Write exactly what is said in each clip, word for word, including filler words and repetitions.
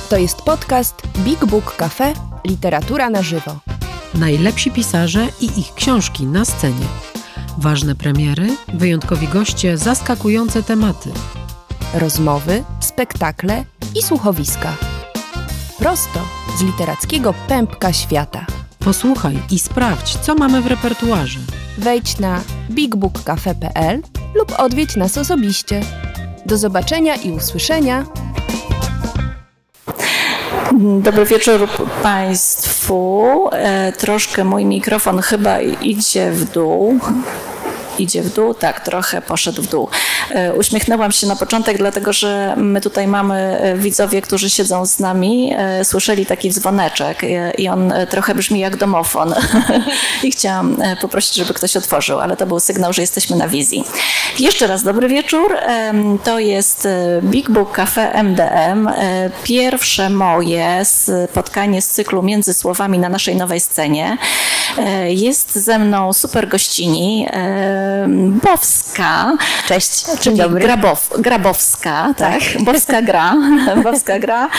To jest podcast Big Book Cafe – Literatura na żywo. Najlepsi pisarze i ich książki na scenie. Ważne premiery, wyjątkowi goście, zaskakujące tematy. Rozmowy, spektakle i słuchowiska. Prosto z literackiego pępka świata. Posłuchaj i sprawdź, co mamy w repertuarze. Wejdź na big book cafe kropka p l lub odwiedź nas osobiście. Do zobaczenia i usłyszenia. Dobry wieczór Państwu. E, troszkę mój mikrofon chyba idzie w dół. Idzie w dół? Tak, trochę poszedł w dół. E, uśmiechnęłam się na początek, dlatego że my tutaj mamy widzowie, którzy siedzą z nami. E, słyszeli taki dzwoneczek e, i on trochę brzmi jak domofon. I chciałam poprosić, żeby ktoś otworzył, ale to był sygnał, że jesteśmy na wizji. Jeszcze raz dobry wieczór. E, to jest Big Book Cafe M D M. E, pierwsze moje spotkanie z cyklu Między Słowami na naszej nowej scenie. E, jest ze mną super gościni. E, Bowska. Cześć, czyli dobry. Grabow, Grabowska, tak. tak. Bowska gra. Bowska gra.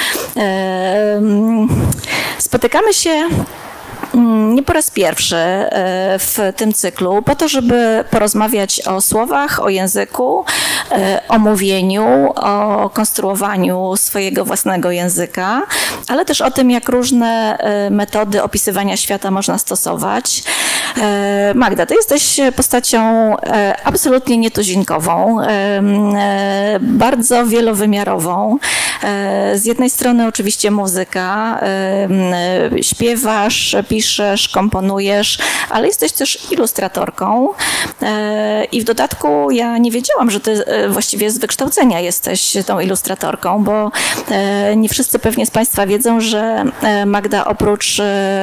Spotykamy się nie po raz pierwszy w tym cyklu, po to, żeby porozmawiać o słowach, o języku, o mówieniu, o konstruowaniu swojego własnego języka, ale też o tym, jak różne metody opisywania świata można stosować. Magda, ty jesteś postacią absolutnie nietuzinkową, bardzo wielowymiarową. Z jednej strony oczywiście muzyka, śpiewasz, piszesz, komponujesz, ale jesteś też ilustratorką i w dodatku ja nie wiedziałam, że ty właściwie z wykształcenia jesteś tą ilustratorką, bo nie wszyscy pewnie z Państwa wiedzą, że Magda oprócz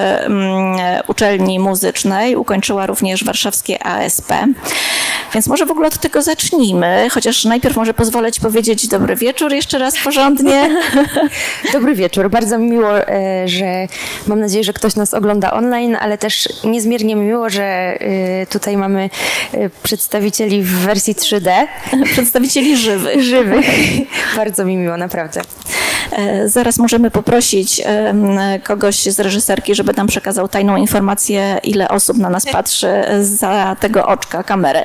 uczelni muzycznej ukończyła również warszawskie A S P. Więc może w ogóle od tego zacznijmy, chociaż najpierw może pozwolę Ci powiedzieć dobry wieczór jeszcze raz porządnie. Dobry wieczór. Bardzo mi miło, że mam nadzieję, że ktoś nas ogląda online, ale też niezmiernie mi miło, że tutaj mamy przedstawicieli w wersji trzy D. Przedstawicieli żywych. Żywych. Bardzo mi miło, naprawdę. Zaraz możemy poprosić kogoś z reżyserki, żeby nam przekazał tajną informację, ile osób na nas patrzy za tego oczka kamery.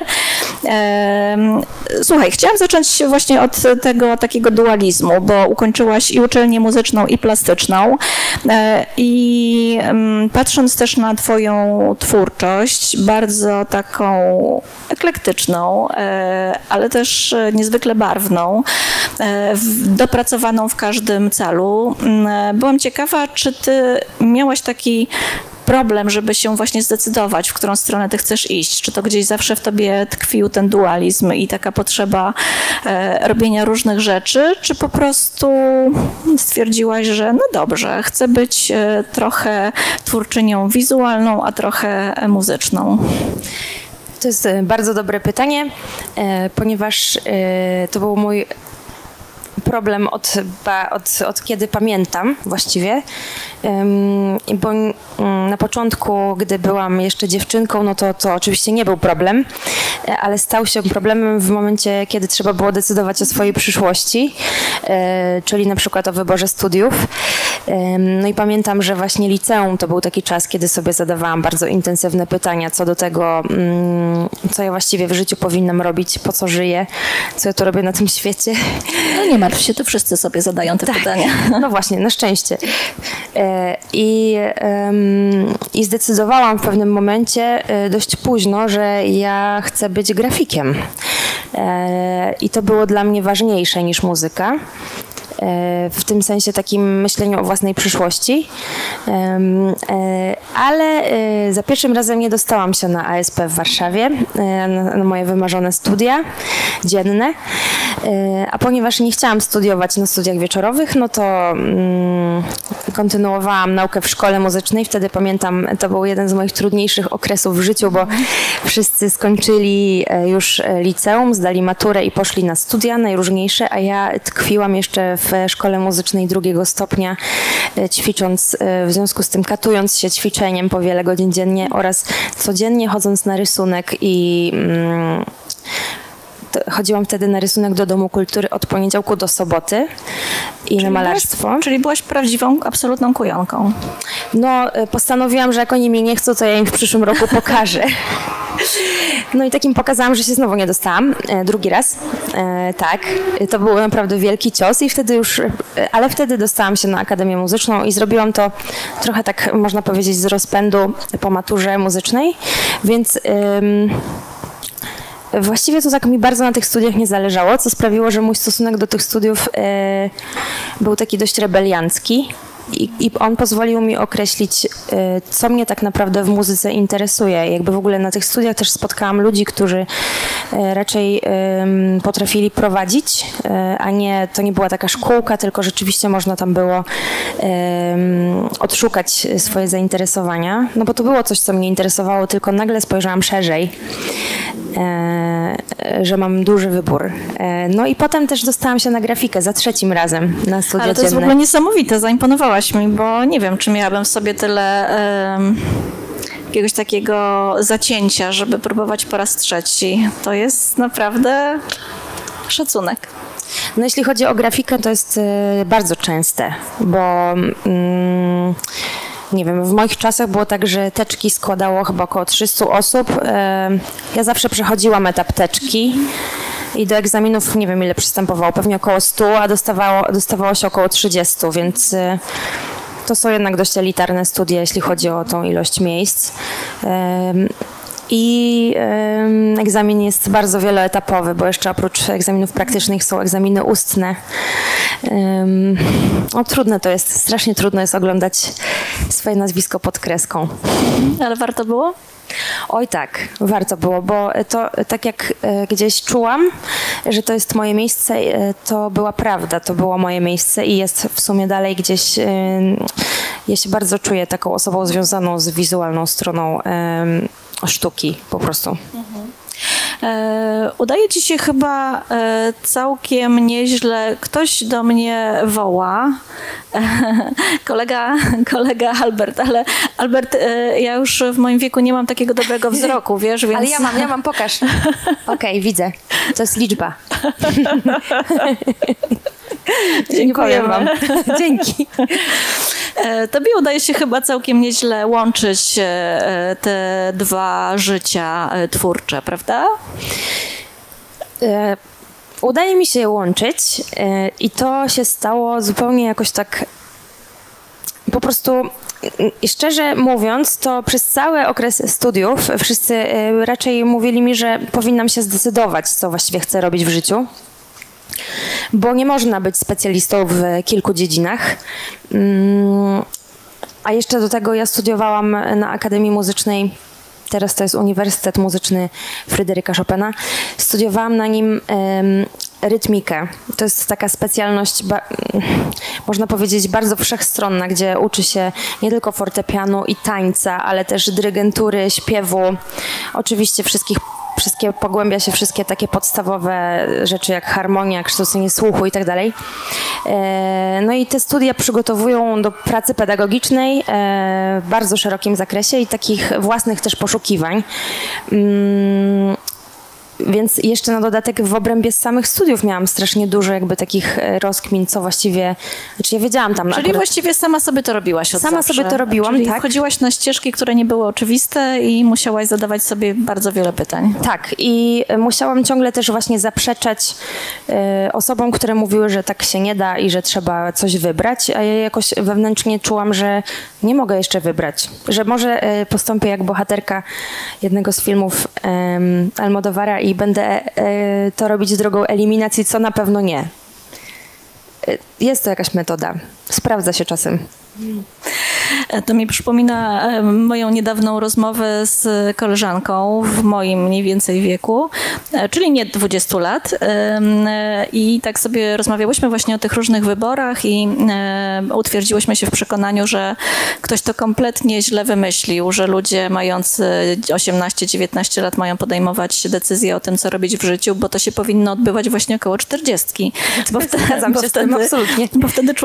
Słuchaj, chciałam zacząć właśnie od tego takiego dualizmu, bo ukończyłaś i uczelnię muzyczną, i plastyczną. I patrząc też na Twoją twórczość, bardzo taką eklektyczną, ale też niezwykle barwną, dopracowaną w każdym celu. Byłam ciekawa, czy Ty miałaś taki problem, żeby się właśnie zdecydować, w którą stronę ty chcesz iść. Czy to gdzieś zawsze w tobie tkwił ten dualizm i taka potrzeba e, robienia różnych rzeczy, czy po prostu stwierdziłaś, że no dobrze, chcę być e, trochę twórczynią wizualną, a trochę muzyczną? To jest bardzo dobre pytanie, e, ponieważ e, to był mój problem od, od, od kiedy pamiętam właściwie, bo na początku, gdy byłam jeszcze dziewczynką, no to, to oczywiście nie był problem, ale stał się problemem w momencie, kiedy trzeba było decydować o swojej przyszłości, czyli na przykład o wyborze studiów. No i pamiętam, że właśnie liceum to był taki czas, kiedy sobie zadawałam bardzo intensywne pytania co do tego, co ja właściwie w życiu powinnam robić, po co żyję, co ja tu robię na tym świecie. No nie martw się, to wszyscy sobie zadają te tak. pytania. No właśnie, na szczęście. I, I zdecydowałam w pewnym momencie dość późno, że ja chcę być grafikiem. I to było dla mnie ważniejsze niż muzyka. W tym sensie takim myśleniu o własnej przyszłości. Ale za pierwszym razem nie dostałam się na A S P w Warszawie, na moje wymarzone studia dzienne. A ponieważ nie chciałam studiować na studiach wieczorowych, no to kontynuowałam naukę w szkole muzycznej. Wtedy pamiętam, to był jeden z moich trudniejszych okresów w życiu, bo wszyscy skończyli już liceum, zdali maturę i poszli na studia najróżniejsze, a ja tkwiłam jeszcze w szkole muzycznej drugiego stopnia, ćwicząc, w związku z tym katując się ćwiczeniem po wiele godzin dziennie oraz codziennie chodząc na rysunek i to chodziłam wtedy na rysunek do Domu Kultury od poniedziałku do soboty i czyli na malarstwo. Byłaś, czyli byłaś prawdziwą, absolutną kujonką. No, postanowiłam, że jak oni mnie nie chcą, to ja im w przyszłym roku pokażę. No i takim pokazałam, że się znowu nie dostałam. E, drugi raz. E, tak. To był naprawdę wielki cios i wtedy już, e, ale wtedy dostałam się na Akademię Muzyczną i zrobiłam to trochę tak, można powiedzieć, z rozpędu po maturze muzycznej, więc ym, właściwie to tak mi bardzo na tych studiach nie zależało, co sprawiło, że mój stosunek do tych studiów e, był taki dość rebeliancki. I, I on pozwolił mi określić, co mnie tak naprawdę w muzyce interesuje. Jakby w ogóle na tych studiach też spotkałam ludzi, którzy raczej um, potrafili prowadzić, a nie, to nie była taka szkółka, tylko rzeczywiście można tam było um, odszukać swoje zainteresowania. No bo to było coś, co mnie interesowało, tylko nagle spojrzałam szerzej, e, że mam duży wybór. E, no i potem też dostałam się na grafikę za trzecim razem na studia Ale to jest dzienne. w ogóle niesamowite, zaimponowałaś mi, bo nie wiem, czy miałabym w sobie tyle um, jakiegoś takiego zacięcia, żeby próbować po raz trzeci. To jest naprawdę szacunek. No jeśli chodzi o grafikę, to jest y, bardzo częste, bo mm, nie wiem, w moich czasach było tak, że teczki składało chyba około trzysta osób. Y, ja zawsze przechodziłam etap teczki i do egzaminów nie wiem ile przystępowało, pewnie około stu, a dostawało, dostawało się około trzydziestu, więc y, to są jednak dość elitarne studia, jeśli chodzi o tą ilość miejsc. Y, I y, egzamin jest bardzo wieloetapowy, bo jeszcze oprócz egzaminów praktycznych są egzaminy ustne. Y, no, trudne to jest, strasznie trudno jest oglądać swoje nazwisko pod kreską. Ale warto było? Oj tak, warto było, bo to tak jak y, gdzieś czułam, że to jest moje miejsce, y, to była prawda, to było moje miejsce i jest w sumie dalej gdzieś, y, ja się bardzo czuję taką osobą związaną z wizualną stroną y, sztuki po prostu. Mhm. E, udaje ci się chyba e, całkiem nieźle. Ktoś do mnie woła. E, kolega, kolega Albert, ale Albert, e, ja już w moim wieku nie mam takiego dobrego wzroku, wiesz, więc... Ale ja mam, ja mam, pokaż. Okej, okay, widzę. To jest liczba. Dziękuję wam. Dzięki. Tobie udaje się chyba całkiem nieźle łączyć te dwa życia twórcze, prawda? Udaje mi się je łączyć i to się stało zupełnie jakoś tak po prostu, szczerze mówiąc, to przez cały okres studiów wszyscy raczej mówili mi, że powinnam się zdecydować, co właściwie chcę robić w życiu. Bo nie można być specjalistą w kilku dziedzinach. A jeszcze do tego ja studiowałam na Akademii Muzycznej, teraz to jest Uniwersytet Muzyczny Fryderyka Chopina. Studiowałam na nim um, rytmikę. To jest taka specjalność, ba- można powiedzieć, bardzo wszechstronna, gdzie uczy się nie tylko fortepianu i tańca, ale też dyrygentury, śpiewu, oczywiście wszystkich Wszystkie, pogłębia się wszystkie takie podstawowe rzeczy jak harmonia, kształcenie słuchu i tak dalej. No i te studia przygotowują do pracy pedagogicznej w bardzo szerokim zakresie i takich własnych też poszukiwań. Więc jeszcze na dodatek w obrębie samych studiów miałam strasznie dużo jakby takich rozkmin, co właściwie, znaczy ja wiedziałam tam. Czyli akurat, właściwie sama sobie to robiłaś od Sama zawsze. sobie to robiłam, Czyli tak. wchodziłaś na ścieżki, które nie były oczywiste i musiałaś zadawać sobie bardzo wiele pytań. Tak i musiałam ciągle też właśnie zaprzeczać y, osobom, które mówiły, że tak się nie da i że trzeba coś wybrać, a ja jakoś wewnętrznie czułam, że nie mogę jeszcze wybrać, że może y, postąpię jak bohaterka jednego z filmów y, Almodovara i będę y, to robić drogą eliminacji, co na pewno nie. Y, jest to jakaś metoda. Sprawdza się czasem. To mi przypomina moją niedawną rozmowę z koleżanką w moim mniej więcej wieku, czyli nie dwudziestu lat. I tak sobie rozmawiałyśmy właśnie o tych różnych wyborach i utwierdziłyśmy się w przekonaniu, że ktoś to kompletnie źle wymyślił, że ludzie mający osiemnaście dziewiętnaście lat mają podejmować decyzje o tym, co robić w życiu, bo to się powinno odbywać właśnie około czterdziestki. Bo wtedy, Zgadzam się bo z tym, wtedy, absolutnie. bo wtedy człowiek już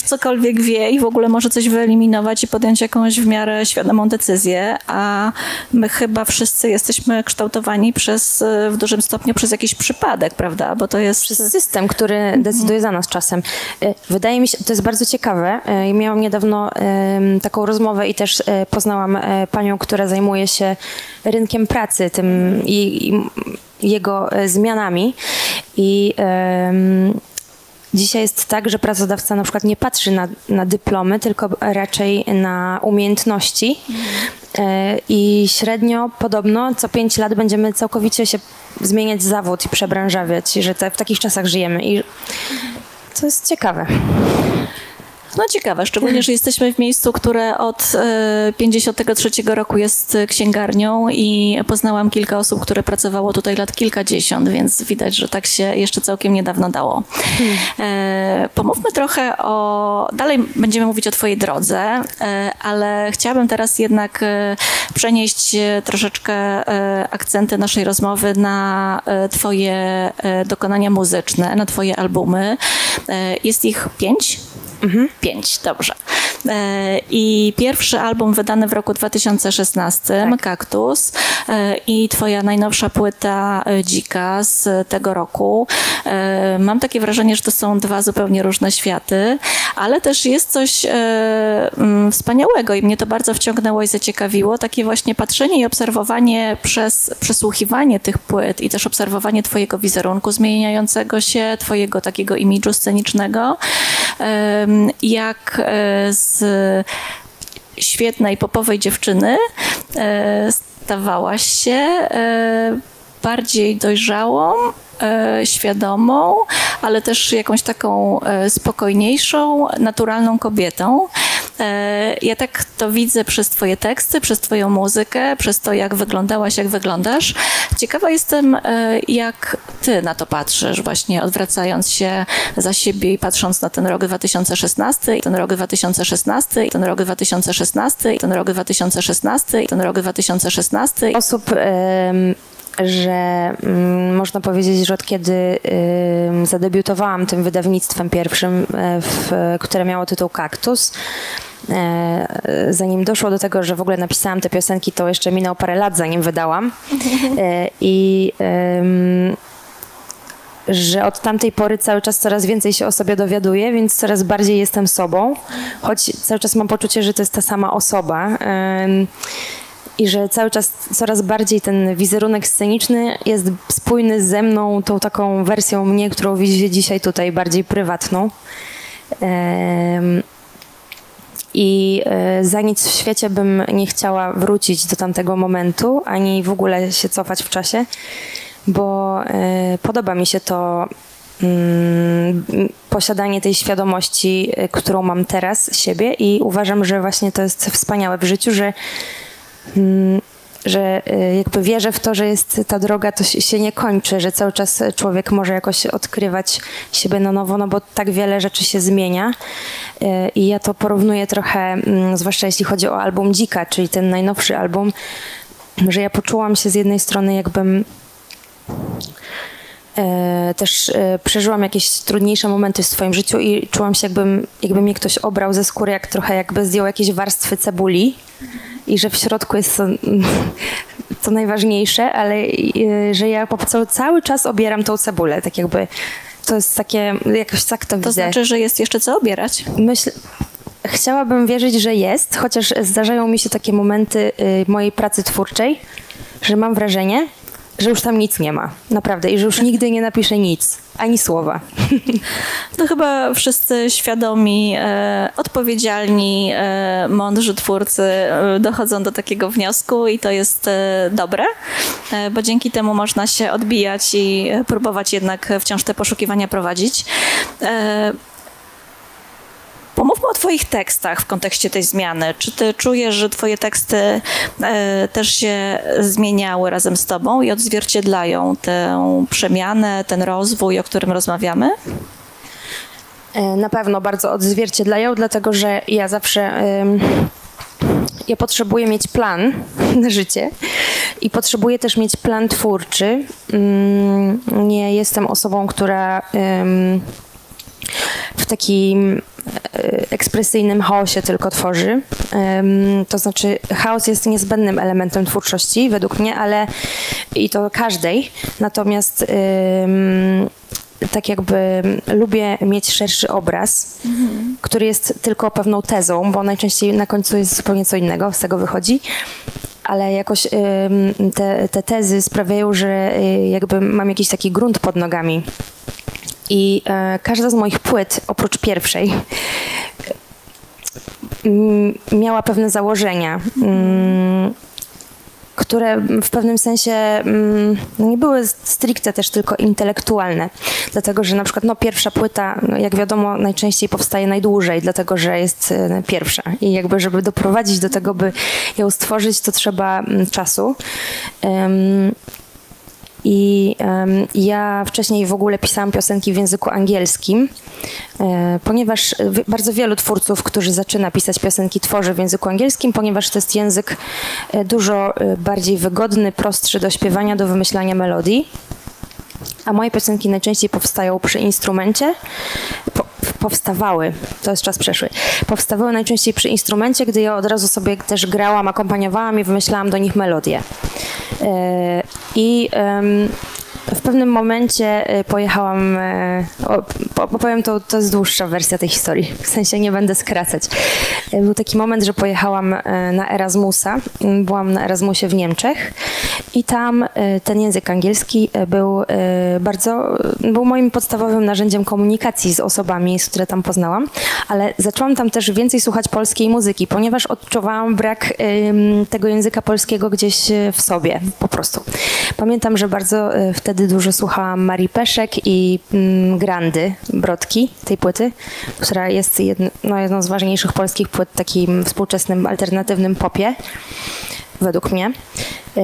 cokolwiek wie i w ogóle może coś wyeliminować i podjąć jakąś w miarę świadomą decyzję, a my chyba wszyscy jesteśmy kształtowani przez, w dużym stopniu przez jakiś przypadek, prawda? Bo to jest... Przez system, który decyduje za nas czasem. Wydaje mi się, to jest bardzo ciekawe. Miałam niedawno taką rozmowę i też poznałam panią, która zajmuje się rynkiem pracy tym i, i jego zmianami. I um, dzisiaj jest tak, że pracodawca na przykład nie patrzy na, na dyplomy, tylko raczej na umiejętności. Mm. I średnio podobno co pięć lat będziemy całkowicie się zmieniać zawód i przebranżawiać, że te, w takich czasach żyjemy. I to jest ciekawe. No ciekawe, szczególnie, że jesteśmy w miejscu, które od pięćdziesiątego trzeciego roku jest księgarnią i poznałam kilka osób, które pracowało tutaj lat kilkadziesiąt, więc widać, że tak się jeszcze całkiem niedawno dało. Hmm. E, pomówmy trochę o... Dalej będziemy mówić o twojej drodze, e, ale chciałabym teraz jednak e, przenieść troszeczkę e, akcenty naszej rozmowy na e, twoje e, dokonania muzyczne, na twoje albumy. E, jest ich pięć? Mhm. Pięć, dobrze. I pierwszy album wydany w roku dwa tysiące szesnastym, tak. Kaktus, i twoja najnowsza płyta Dzika z tego roku. Mam takie wrażenie, że to są dwa zupełnie różne światy, ale też jest coś wspaniałego i mnie to bardzo wciągnęło i zaciekawiło. Takie właśnie patrzenie i obserwowanie przez przesłuchiwanie tych płyt i też obserwowanie twojego wizerunku zmieniającego się, twojego takiego imidżu scenicznego. Jak z świetnej popowej dziewczyny stawałaś się bardziej dojrzałą, świadomą, ale też jakąś taką spokojniejszą, naturalną kobietą. Ja tak to widzę przez twoje teksty, przez twoją muzykę, przez to, jak wyglądałaś, jak wyglądasz. Ciekawa jestem, jak ty na to patrzysz, właśnie odwracając się za siebie i patrząc na ten rok dwa tysiące szesnasty, i ten rok dwa tysiące szesnasty, i ten rok dwa tysiące szesnasty, i ten rok dwa tysiące szesnasty, i ten rok dwa tysiące szesnasty. Osób... Ym... że mm, można powiedzieć, że od kiedy y, zadebiutowałam tym wydawnictwem pierwszym, y, w, które miało tytuł Kaktus, y, zanim doszło do tego, że w ogóle napisałam te piosenki, to jeszcze minęło parę lat, zanim wydałam. Y, I y, że od tamtej pory cały czas coraz więcej się o sobie dowiaduję, więc coraz bardziej jestem sobą, choć cały czas mam poczucie, że to jest ta sama osoba. Y, I że cały czas coraz bardziej ten wizerunek sceniczny jest spójny ze mną, tą taką wersją mnie, którą widzicie dzisiaj tutaj, bardziej prywatną. I za nic w świecie bym nie chciała wrócić do tamtego momentu, ani w ogóle się cofać w czasie, bo podoba mi się to posiadanie tej świadomości, którą mam teraz siebie, i uważam, że właśnie to jest wspaniałe w życiu, że że jakby wierzę w to, że jest ta droga, to się nie kończy, że cały czas człowiek może jakoś odkrywać siebie na nowo, no bo tak wiele rzeczy się zmienia. I ja to porównuję trochę, zwłaszcza jeśli chodzi o album Dzika, czyli ten najnowszy album, że ja poczułam się z jednej strony, jakbym też przeżyłam jakieś trudniejsze momenty w swoim życiu i czułam się, jakbym, jakby mnie ktoś obrał ze skóry, jak trochę jakby zdjął jakieś warstwy cebuli i że w środku jest to, to najważniejsze, ale że ja po prostu cały czas obieram tą cebulę, tak jakby to jest takie, jakoś tak to, to widzę. To znaczy, że jest jeszcze co obierać? Myślę, chciałabym wierzyć, że jest, chociaż zdarzają mi się takie momenty mojej pracy twórczej, że mam wrażenie, że już tam nic nie ma, naprawdę, i że już nigdy nie napiszę nic, ani słowa. To chyba wszyscy świadomi, e, odpowiedzialni, e, mądrzy twórcy e, dochodzą do takiego wniosku i to jest e, dobre, e, bo dzięki temu można się odbijać i próbować jednak wciąż te poszukiwania prowadzić. E, Pomówmy o twoich tekstach w kontekście tej zmiany. Czy ty czujesz, że twoje teksty e, też się zmieniały razem z tobą i odzwierciedlają tę przemianę, ten rozwój, o którym rozmawiamy? Na pewno bardzo odzwierciedlają, dlatego że ja zawsze... Ym... Ja potrzebuję mieć plan na życie i potrzebuję też mieć plan twórczy. Nie jestem osobą, która... Ym... takim ekspresyjnym chaosie tylko tworzy. To znaczy chaos jest niezbędnym elementem twórczości według mnie, ale i to każdej. Natomiast tak jakby lubię mieć szerszy obraz, mhm. który jest tylko pewną tezą, bo najczęściej na końcu jest zupełnie co innego, z tego wychodzi. Ale jakoś te, te tezy sprawiają, że jakby mam jakiś taki grunt pod nogami. I e, każda z moich płyt, oprócz pierwszej, m, miała pewne założenia, m, które w pewnym sensie m, nie były stricte też tylko intelektualne. Dlatego, że na przykład no, pierwsza płyta, jak wiadomo, najczęściej powstaje najdłużej, dlatego, że jest e, pierwsza. I jakby, żeby doprowadzić do tego, by ją stworzyć, to trzeba m, czasu. Um, I um, ja wcześniej w ogóle pisałam piosenki w języku angielskim, e, ponieważ w, bardzo wielu twórców, którzy zaczyna pisać piosenki, tworzy w języku angielskim, ponieważ to jest język e, dużo e, bardziej wygodny, prostszy do śpiewania, do wymyślania melodii. A moje piosenki najczęściej powstają przy instrumencie. Po, powstawały, to jest czas przeszły, powstawały najczęściej przy instrumencie, gdy ja od razu sobie też grałam, akompaniowałam i wymyślałam do nich melodię. I w pewnym momencie pojechałam, opowiem to, to jest dłuższa wersja tej historii, w sensie nie będę skracać. Był taki moment, że pojechałam na Erasmusa, byłam na Erasmusie w Niemczech i tam ten język angielski był bardzo, był moim podstawowym narzędziem komunikacji z osobami, z które tam poznałam, ale zaczęłam tam też więcej słuchać polskiej muzyki, ponieważ odczuwałam brak tego języka polskiego gdzieś w sobie, po prostu. Pamiętam, że bardzo wtedy dużo słuchałam Marii Peszek i mm, Grandy, Brodki, tej płyty, która jest jedno, no, jedną z ważniejszych polskich płyt w takim współczesnym, alternatywnym popie, według mnie. Ym,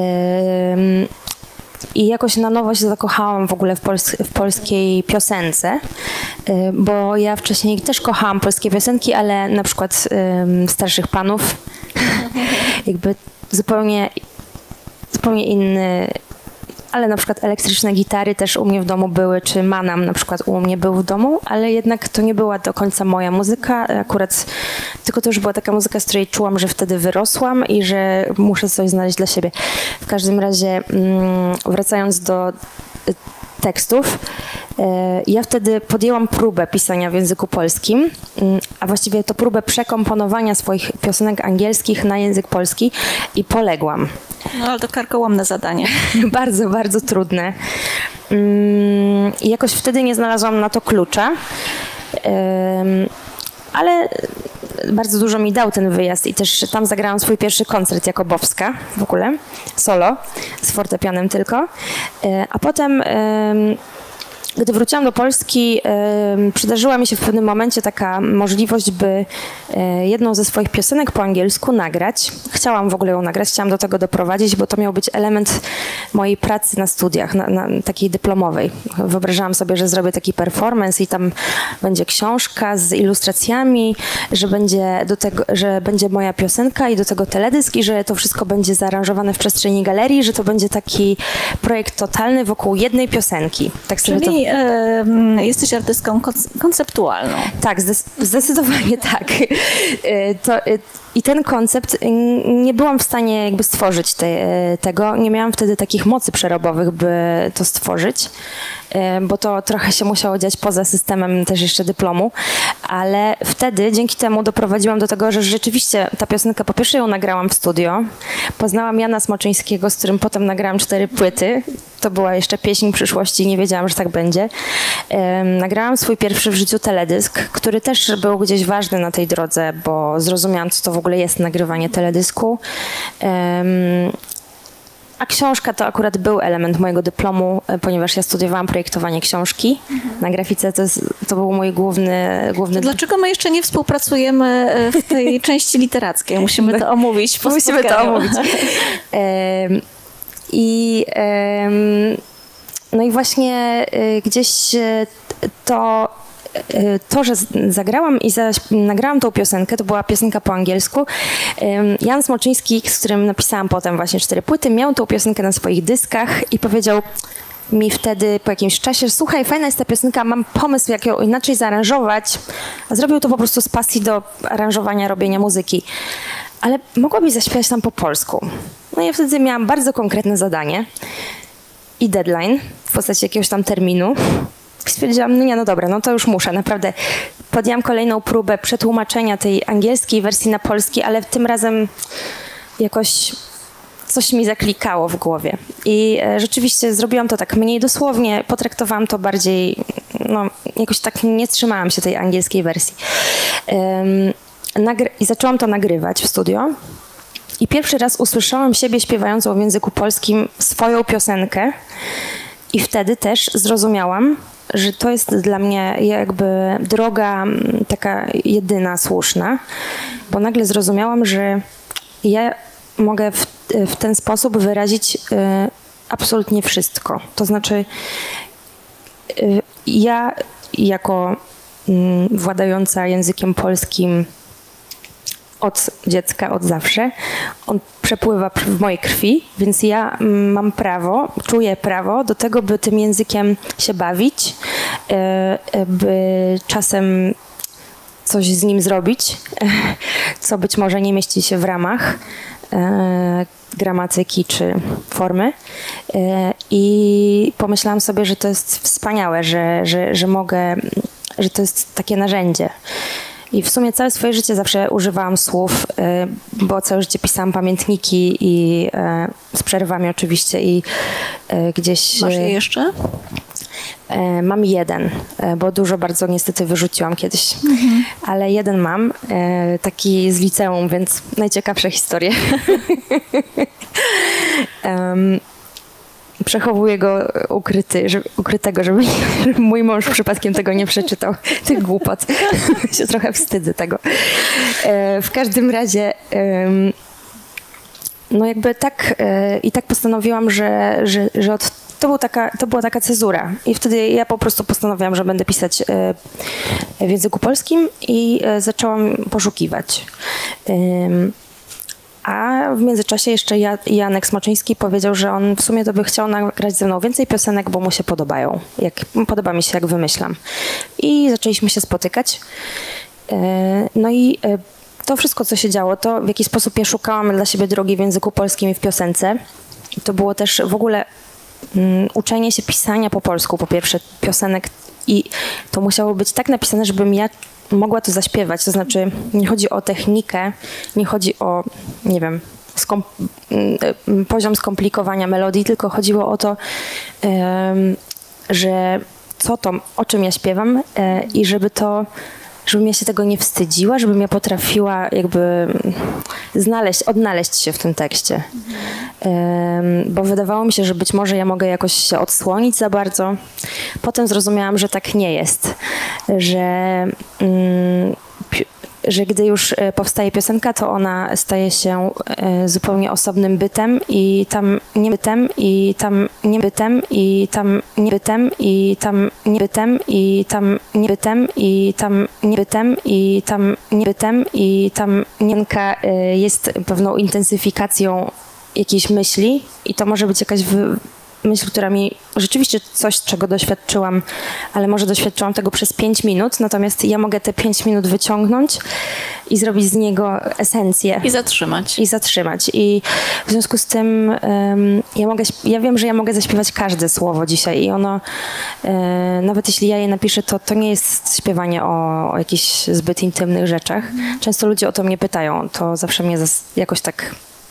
I jakoś na nowo się zakochałam w ogóle w, pols- w polskiej piosence, y, bo ja wcześniej też kochałam polskie piosenki, ale na przykład y, starszych panów, jakby zupełnie, zupełnie inny, ale na przykład elektryczne gitary też u mnie w domu były, czy Manam na przykład u mnie był w domu, ale jednak to nie była do końca moja muzyka, akurat tylko to już była taka muzyka, z której czułam, że wtedy wyrosłam i że muszę coś znaleźć dla siebie. W każdym razie wracając do tekstów, ja wtedy podjęłam próbę pisania w języku polskim, a właściwie to próbę przekomponowania swoich piosenek angielskich na język polski i poległam. No ale to karkołomne zadanie. Bardzo, bardzo trudne. I jakoś wtedy nie znalazłam na to klucza, ale bardzo dużo mi dał ten wyjazd i też tam zagrałam swój pierwszy koncert jako Bowska w ogóle, solo, z fortepianem tylko, a potem gdy wróciłam do Polski, y, przydarzyła mi się w pewnym momencie taka możliwość, by y, jedną ze swoich piosenek po angielsku nagrać. Chciałam w ogóle ją nagrać, chciałam do tego doprowadzić, bo to miał być element mojej pracy na studiach, na, na takiej dyplomowej. Wyobrażałam sobie, że zrobię taki performance i tam będzie książka z ilustracjami, że będzie, do tego, że będzie moja piosenka i do tego teledysk i że to wszystko będzie zaaranżowane w przestrzeni galerii, że to będzie taki projekt totalny wokół jednej piosenki. Tak sobie Czyli to... jesteś artystką konceptualną. Tak, zdecydowanie tak. To, i ten koncept nie byłam w stanie jakby stworzyć te, tego. Nie miałam wtedy takich mocy przerobowych, by to stworzyć, bo to trochę się musiało dziać poza systemem też jeszcze dyplomu, ale wtedy dzięki temu doprowadziłam do tego, że rzeczywiście ta piosenka, po pierwsze ją nagrałam w studio, poznałam Jana Smoczyńskiego, z którym potem nagrałam cztery płyty. To była jeszcze pieśń przyszłości, nie wiedziałam, że tak będzie. Um, nagrałam swój pierwszy w życiu teledysk, który też był gdzieś ważny na tej drodze, bo zrozumiałam, co to w ogóle jest nagrywanie teledysku. Um, a książka to akurat był element mojego dyplomu, ponieważ ja studiowałam projektowanie książki. Mhm. Na grafice to, jest, to był mój główny... główny... Dlaczego my jeszcze nie współpracujemy w tej części literackiej? Musimy to omówić. Po Musimy to omówić. um, I um, no i właśnie y, gdzieś y, to, y, to, że zagrałam i zaś, nagrałam tą piosenkę, to była piosenka po angielsku. Y, Jan Smoczyński, z którym napisałam potem właśnie cztery płyty, miał tą piosenkę na swoich dyskach i powiedział: mi wtedy po jakimś czasie, słuchaj, fajna jest ta piosenka, mam pomysł, jak ją inaczej zaaranżować, a zrobił to po prostu z pasji do aranżowania, robienia muzyki. Ale mogłabyś zaśpiewać tam po polsku. No i ja wtedy miałam bardzo konkretne zadanie i deadline w postaci jakiegoś tam terminu. I stwierdziłam, no nie, no dobra, no to już muszę, naprawdę. Podjęłam kolejną próbę przetłumaczenia tej angielskiej wersji na polski, ale tym razem jakoś coś mi zaklikało w głowie. I e, rzeczywiście zrobiłam to tak mniej dosłownie, potraktowałam to bardziej, no jakoś tak nie trzymałam się tej angielskiej wersji. Ym, nagry- I zaczęłam to nagrywać w studio. I pierwszy raz usłyszałam siebie śpiewającą w języku polskim swoją piosenkę i wtedy też zrozumiałam, że to jest dla mnie jakby droga taka jedyna, słuszna, bo nagle zrozumiałam, że ja mogę w, w ten sposób wyrazić y, absolutnie wszystko. To znaczy y, ja jako y, władająca językiem polskim od dziecka, od zawsze. On przepływa w mojej krwi, więc ja mam prawo, czuję prawo do tego, by tym językiem się bawić, by czasem coś z nim zrobić, co być może nie mieści się w ramach gramatyki czy formy. I pomyślałam sobie, że to jest wspaniałe, że, że, że mogę, że to jest takie narzędzie. I w sumie całe swoje życie zawsze używałam słów, bo całe życie pisałam pamiętniki i z przerwami oczywiście i gdzieś... Masz je jeszcze? Mam jeden, bo dużo bardzo niestety wyrzuciłam kiedyś, mhm. ale jeden mam, taki z liceum, więc najciekawsze historie. um, Przechowuję go ukryty, że, ukrytego, żeby, żeby mój mąż przypadkiem tego nie przeczytał. Tych głupot. się trochę wstydzę tego. E, w każdym razie e, no jakby tak e, i tak postanowiłam, że, że, że od, to, był taka, to była taka cezura. I wtedy ja po prostu postanowiłam, że będę pisać e, w języku polskim i e, zaczęłam poszukiwać. E, A w międzyczasie jeszcze Janek Smoczyński powiedział, że on w sumie to by chciał nagrać ze mną więcej piosenek, bo mu się podobają. Jak, podoba mi się, jak wymyślam. I zaczęliśmy się spotykać. No i to wszystko, co się działo, to w jaki sposób ja szukałam dla siebie drogi w języku polskim i w piosence. To było też w ogóle um, uczenie się pisania po polsku, po pierwsze piosenek. I to musiało być tak napisane, żebym ja mogła to zaśpiewać, to znaczy nie chodzi o technikę, nie chodzi o, nie wiem, skom- poziom skomplikowania melodii, tylko chodziło o to, um, że co to, o czym ja śpiewam e, i żeby to, żebym ja się tego nie wstydziła, żebym ja potrafiła jakby znaleźć, odnaleźć się w tym tekście. Um, bo wydawało mi się, że być może ja mogę jakoś się odsłonić za bardzo. Potem zrozumiałam, że tak nie jest, że, um, pi- że gdy już powstaje piosenka, to ona staje się e, zupełnie osobnym bytem i tam nie bytem i tam nie bytem i tam nie bytem i tam nie bytem i tam nie bytem i tam nie bytem i tam nie bytem i tam nienka e, jest pewną intensyfikacją jakiejś myśli i to może być jakaś wy- myśl, która mi rzeczywiście coś, czego doświadczyłam, ale może doświadczyłam tego przez pięć minut, natomiast ja mogę te pięć minut wyciągnąć i zrobić z niego esencję. I zatrzymać. I zatrzymać. I w związku z tym um, ja mogę, ja wiem, że ja mogę zaśpiewać każde słowo dzisiaj i ono, e, nawet jeśli ja je napiszę, to to nie jest śpiewanie o, o jakichś zbyt intymnych rzeczach. Często ludzie o to mnie pytają, to zawsze mnie zas- jakoś tak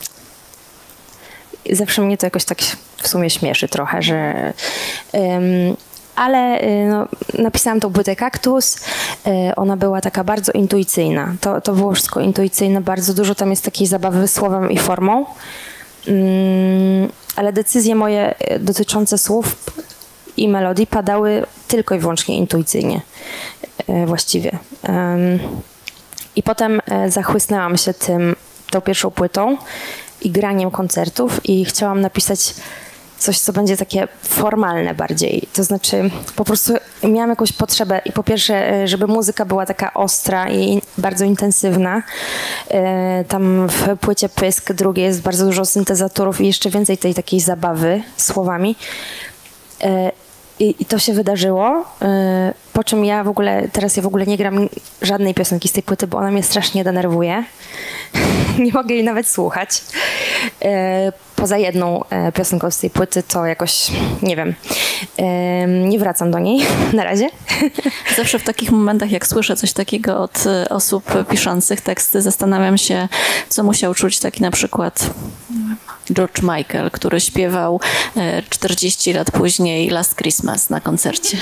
Zawsze mnie to jakoś tak w sumie śmieszy trochę, że... Um, ale no, napisałam tą płytę Kaktus. Ona była taka bardzo intuicyjna. To, to było wszystko intuicyjne. Bardzo dużo tam jest takiej zabawy słowem i formą. Um, ale decyzje moje dotyczące słów i melodii padały tylko i wyłącznie intuicyjnie. Właściwie. Um, I potem zachłysnęłam się tym, tą pierwszą płytą i graniem koncertów i chciałam napisać coś, co będzie takie formalne bardziej. To znaczy po prostu miałam jakąś potrzebę i po pierwsze, żeby muzyka była taka ostra i bardzo intensywna. Tam w płycie Pysk drugiej jest bardzo dużo syntezatorów i jeszcze więcej tej takiej zabawy słowami. I, I to się wydarzyło, po czym ja w ogóle, teraz ja w ogóle nie gram żadnej piosenki z tej płyty, bo ona mnie strasznie denerwuje. Nie mogę jej nawet słuchać. Poza jedną piosenką z tej płyty to jakoś, nie wiem, nie wracam do niej na razie. Zawsze w takich momentach, jak słyszę coś takiego od osób piszących teksty, zastanawiam się, co musiał czuć taki na przykład George Michael, który śpiewał czterdzieści lat później Last Christmas na koncercie.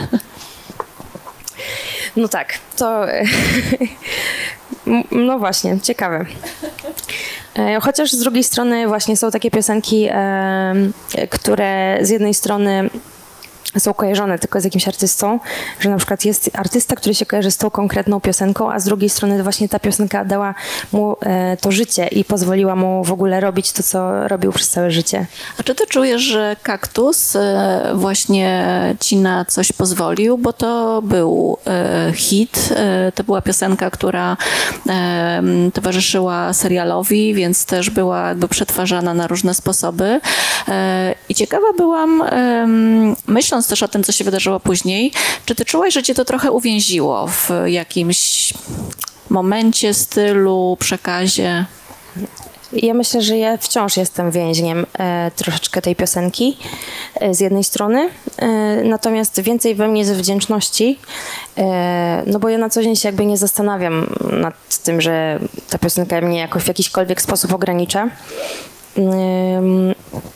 No tak, to no właśnie, ciekawe. Chociaż z drugiej strony właśnie są takie piosenki, które z jednej strony są kojarzone tylko z jakimś artystą, że na przykład jest artysta, który się kojarzy z tą konkretną piosenką, a z drugiej strony właśnie ta piosenka dała mu e, to życie i pozwoliła mu w ogóle robić to, co robił przez całe życie. A czy ty czujesz, że Kaktus e, właśnie ci na coś pozwolił? Bo to był e, hit, e, to była piosenka, która e, towarzyszyła serialowi, więc też była jakby przetwarzana na różne sposoby. E, I ciekawa byłam, e, myśląc też o tym, co się wydarzyło później, czy ty czułaś, że cię to trochę uwięziło w jakimś momencie, stylu, przekazie? Ja myślę, że ja wciąż jestem więźniem e, troszeczkę tej piosenki e, z jednej strony, e, natomiast więcej we mnie ze wdzięczności, e, no bo ja na co dzień się jakby nie zastanawiam nad tym, że ta piosenka mnie jakoś w jakiśkolwiek sposób ogranicza. E,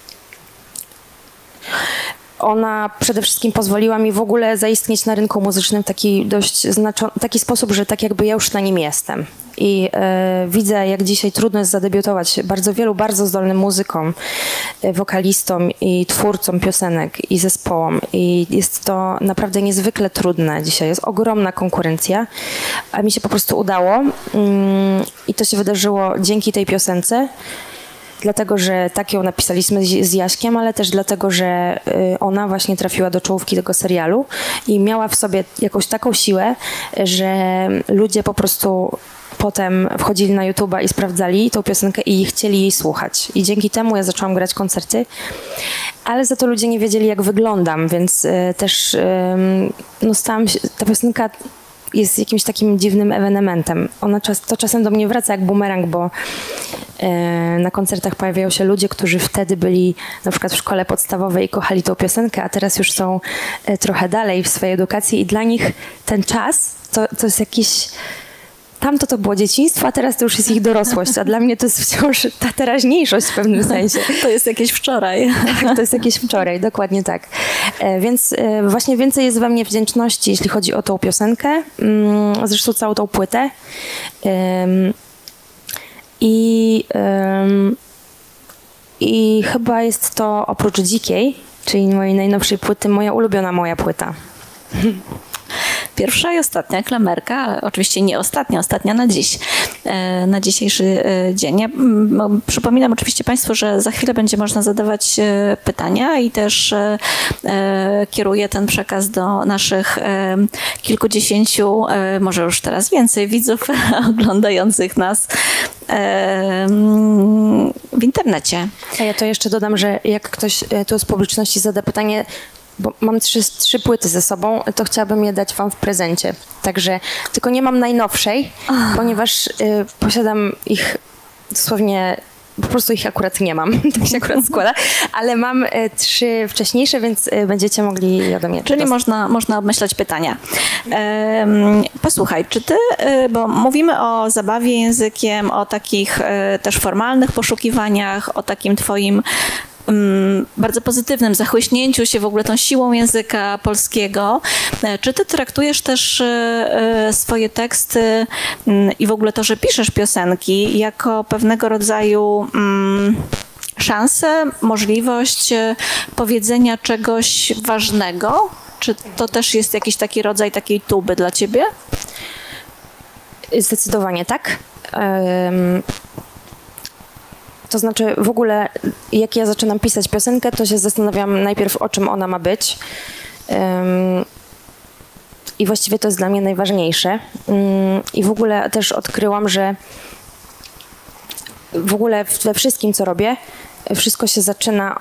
Ona przede wszystkim pozwoliła mi w ogóle zaistnieć na rynku muzycznym w taki dość znaczony, taki sposób, że tak jakby ja już na nim jestem. I e, widzę, jak dzisiaj trudno jest zadebiutować bardzo wielu bardzo zdolnym muzykom, e, wokalistom i twórcom piosenek i zespołom. I jest to naprawdę niezwykle trudne dzisiaj. Jest ogromna konkurencja, a mi się po prostu udało. Mm, I to się wydarzyło dzięki tej piosence. Dlatego, że tak ją napisaliśmy z, z Jaśkiem, ale też dlatego, że y, ona właśnie trafiła do czołówki tego serialu i miała w sobie jakąś taką siłę, że ludzie po prostu potem wchodzili na YouTube'a i sprawdzali tą piosenkę i chcieli jej słuchać. I dzięki temu ja zaczęłam grać koncerty, ale za to ludzie nie wiedzieli, jak wyglądam, więc y, też y, no stałam się, ta piosenka jest jakimś takim dziwnym ewenementem. Ona czas, to czasem do mnie wraca jak bumerang, bo e, na koncertach pojawiają się ludzie, którzy wtedy byli na przykład w szkole podstawowej i kochali tą piosenkę, a teraz już są e, trochę dalej w swojej edukacji i dla nich ten czas to, to jest jakiś... Tamto to było dzieciństwo, a teraz to już jest ich dorosłość, a dla mnie to jest wciąż ta teraźniejszość w pewnym sensie. To jest jakieś wczoraj. Tak, to jest jakieś wczoraj, dokładnie tak. E, więc e, właśnie więcej jest we mnie wdzięczności, jeśli chodzi o tą piosenkę, mm, zresztą całą tą płytę. E, I e, i chyba jest to oprócz Dzikiej, czyli mojej najnowszej płyty, moja ulubiona moja płyta. Pierwsza i ostatnia klamerka, ale oczywiście nie ostatnia, ostatnia na dziś, na dzisiejszy dzień. Ja przypominam oczywiście Państwu, że za chwilę będzie można zadawać pytania i też kieruję ten przekaz do naszych kilkudziesięciu, może już teraz więcej widzów oglądających nas w internecie. A ja to jeszcze dodam, że jak ktoś tu z publiczności zada pytanie, bo mam trzy, trzy płyty ze sobą, to chciałabym je dać wam w prezencie. Także, tylko nie mam najnowszej, oh. ponieważ y, posiadam ich dosłownie, po prostu ich akurat nie mam, tak się akurat składa, ale mam y, trzy wcześniejsze, więc y, będziecie mogli je ode mnie. Czyli można, można obmyślać pytania. Um, posłuchaj, czy ty, y, bo mówimy o zabawie językiem, o takich y, też formalnych poszukiwaniach, o takim twoim bardzo pozytywnym zachłyśnięciu się w ogóle tą siłą języka polskiego. Czy ty traktujesz też swoje teksty i w ogóle to, że piszesz piosenki jako pewnego rodzaju szansę, możliwość powiedzenia czegoś ważnego? Czy to też jest jakiś taki rodzaj takiej tuby dla ciebie? Zdecydowanie tak. Um... To znaczy w ogóle jak ja zaczynam pisać piosenkę, to się zastanawiam najpierw, o czym ona ma być. Um, I właściwie to jest dla mnie najważniejsze. Um, I w ogóle też odkryłam, że w ogóle we wszystkim, co robię, wszystko się zaczyna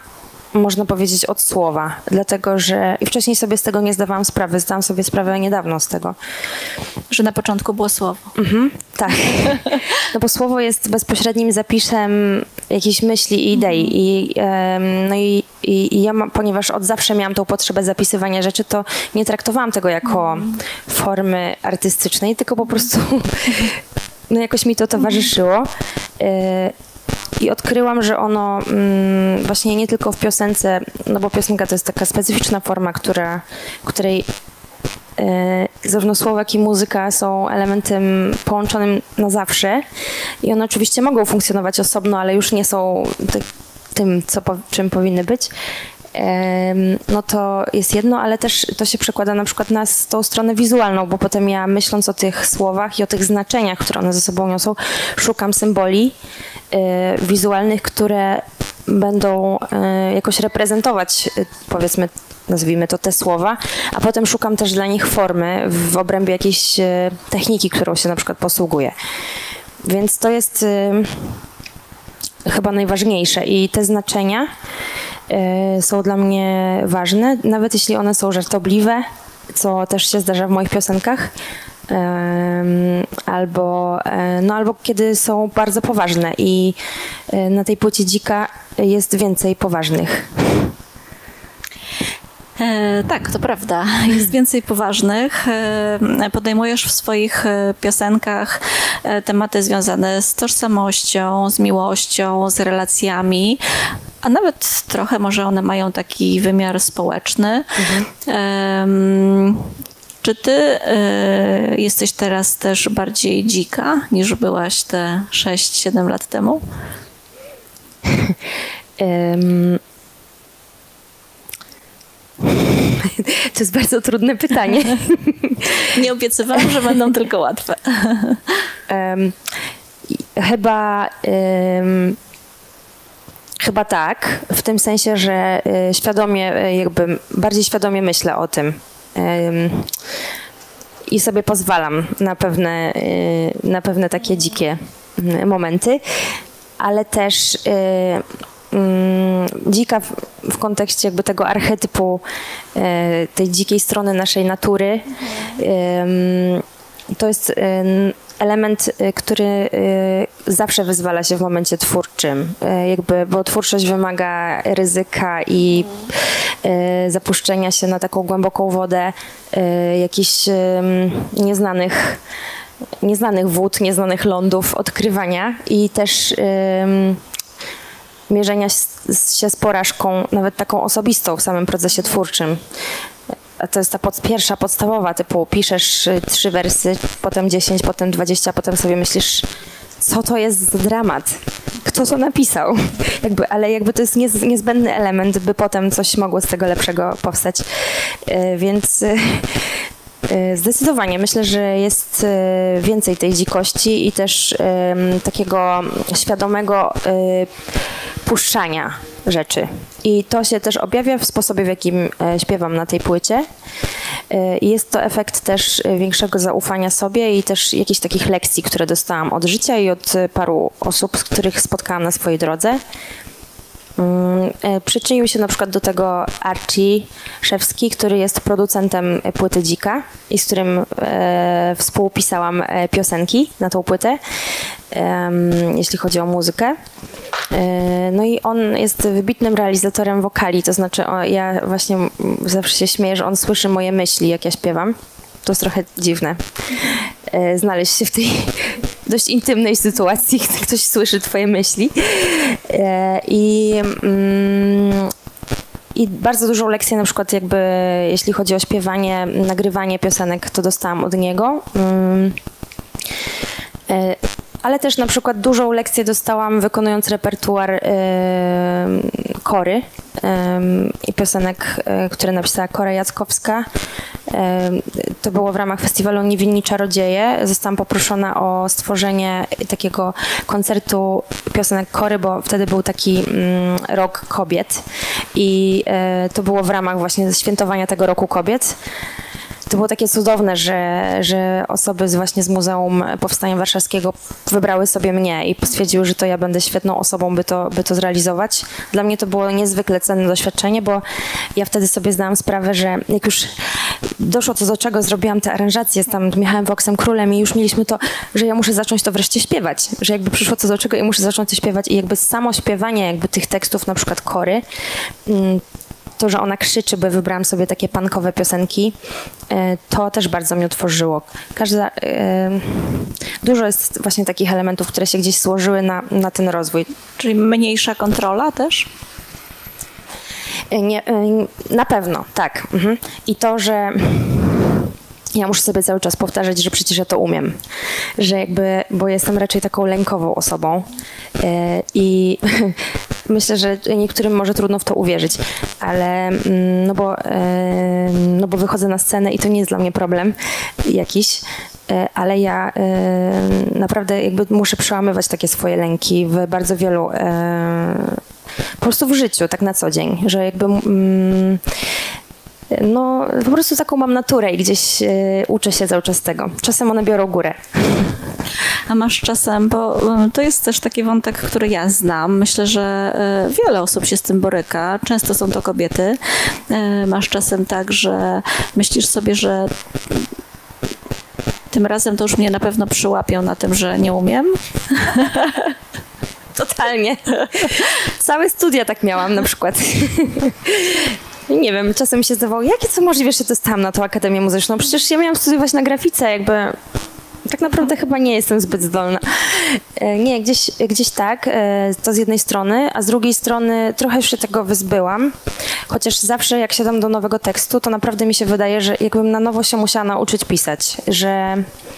można powiedzieć, od słowa, dlatego że i wcześniej sobie z tego nie zdawałam sprawy, zdałam sobie sprawę niedawno z tego. Że na początku było słowo. Mhm, tak. No bo słowo jest bezpośrednim zapisem jakiejś myśli i idei. Mhm. I, um, no i, i, i ja, ma, ponieważ od zawsze miałam tą potrzebę zapisywania rzeczy, to nie traktowałam tego jako mhm. formy artystycznej, tylko po prostu no jakoś mi to towarzyszyło. Y I odkryłam, że ono mm, właśnie nie tylko w piosence, no bo piosenka to jest taka specyficzna forma, która, której e, zarówno słowa, jak i muzyka są elementem połączonym na zawsze i one oczywiście mogą funkcjonować osobno, ale już nie są ty, tym, co, czym powinny być. No to jest jedno, ale też to się przekłada na przykład na tą stronę wizualną, bo potem ja myśląc o tych słowach i o tych znaczeniach, które one ze sobą niosą, szukam symboli y, wizualnych, które będą y, jakoś reprezentować, y, powiedzmy, nazwijmy to te słowa, a potem szukam też dla nich formy w obrębie jakiejś y, techniki, którą się na przykład posługuję. Więc to jest y, chyba najważniejsze i te znaczenia są dla mnie ważne, nawet jeśli one są żartobliwe, co też się zdarza w moich piosenkach, albo, no, albo kiedy są bardzo poważne i na tej płycie Dzika jest więcej poważnych. E, tak, to prawda. Jest więcej poważnych. E, podejmujesz w swoich piosenkach tematy związane z tożsamością, z miłością, z relacjami, a nawet trochę może one mają taki wymiar społeczny. Mhm. E, czy ty e, jesteś teraz też bardziej dzika niż byłaś te sześć siedem lat temu? um. To jest bardzo trudne pytanie. Nie obiecywałam, że będą tylko łatwe. Um, chyba, um, chyba tak, w tym sensie, że świadomie, jakby bardziej świadomie myślę o tym um, i sobie pozwalam na pewne, na pewne takie dzikie momenty, ale też dzika w, w kontekście jakby tego archetypu e, tej dzikiej strony naszej natury. E, to jest e, element, e, który e, zawsze wyzwala się w momencie twórczym, e, jakby, bo twórczość wymaga ryzyka i e, zapuszczenia się na taką głęboką wodę e, jakichś e, nieznanych nieznanych wód, nieznanych lądów, odkrywania i też e, mierzenia się z porażką, nawet taką osobistą w samym procesie twórczym. A to jest ta pod, pierwsza, podstawowa, typu piszesz trzy wersy, potem dziesięć, potem dwadzieścia, potem sobie myślisz, co to jest za dramat? Kto to napisał? Jakby, ale jakby to jest niez, niezbędny element, by potem coś mogło z tego lepszego powstać. Yy, więc yy, zdecydowanie myślę, że jest więcej tej dzikości i też yy, takiego świadomego yy, puszczania rzeczy. I to się też objawia w sposobie, w jakim śpiewam na tej płycie. Jest to efekt też większego zaufania sobie i też jakichś takich lekcji, które dostałam od życia i od paru osób, z których spotkałam na swojej drodze. Przyczynił się na przykład do tego Archie Szewski, który jest producentem płyty Dzika i z którym e, współpisałam piosenki na tą płytę, e, jeśli chodzi o muzykę. E, no i on jest wybitnym realizatorem wokali, to znaczy o, ja właśnie zawsze się śmieję, że on słyszy moje myśli, jak ja śpiewam. To jest trochę dziwne e, znaleźć się w tej dość intymnej sytuacji, gdy ktoś słyszy twoje myśli. E, I, mm, I bardzo dużą lekcję na przykład jakby, jeśli chodzi o śpiewanie, nagrywanie piosenek, to dostałam od niego. Mm, e, ale też na przykład dużą lekcję dostałam wykonując repertuar e, Kory e, i piosenek, e, które napisała Kora Jackowska. E, to było w ramach festiwalu Niewinni Czarodzieje. Zostałam poproszona o stworzenie takiego koncertu piosenek Kory, bo wtedy był taki mm, rok kobiet i e, to było w ramach właśnie świętowania tego roku kobiet. to było takie cudowne, że, że osoby z właśnie z Muzeum Powstania Warszawskiego wybrały sobie mnie i stwierdziły, że to ja będę świetną osobą, by to, by to zrealizować. Dla mnie to było niezwykle cenne doświadczenie, bo ja wtedy sobie zdałam sprawę, że jak już doszło co do czego, zrobiłam te aranżacje z tam Michałem Foxem Królem i już mieliśmy to, że ja muszę zacząć to wreszcie śpiewać, że jakby przyszło co do czego i muszę zacząć to śpiewać i jakby samo śpiewanie jakby tych tekstów, na przykład Kory, to, że ona krzyczy, bo wybrałam sobie takie punkowe piosenki, to też bardzo mnie otworzyło. Każda, dużo jest właśnie takich elementów, które się gdzieś złożyły na, na ten rozwój. Czyli mniejsza kontrola też? Nie, na pewno, tak. Mhm. I to, że ja muszę sobie cały czas powtarzać, że przecież ja to umiem. Że jakby, bo jestem raczej taką lękową osobą i myślę, że niektórym może trudno w to uwierzyć, ale no bo, no bo wychodzę na scenę i to nie jest dla mnie problem jakiś, ale ja naprawdę jakby muszę przełamywać takie swoje lęki w bardzo wielu po prostu w życiu, tak na co dzień, że jakby no po prostu taką mam naturę i gdzieś uczę się cały czas tego. Czasem one biorą górę. A masz czasem, bo to jest też taki wątek, który ja znam. Myślę, że wiele osób się z tym boryka. Często są to kobiety. Masz czasem tak, że myślisz sobie, że tym razem to już mnie na pewno przyłapią na tym, że nie umiem. Totalnie. Całe studia tak miałam na przykład. Nie wiem, czasem mi się zdawało, jakie co możliwe, że dostałam na tą Akademię Muzyczną. Przecież ja miałam studiować na grafice, jakby tak naprawdę chyba nie jestem zbyt zdolna. Nie, gdzieś, gdzieś tak, to z jednej strony, a z drugiej strony trochę już się tego wyzbyłam. Chociaż zawsze jak siadam do nowego tekstu, to naprawdę mi się wydaje, że jakbym na nowo się musiała nauczyć pisać, że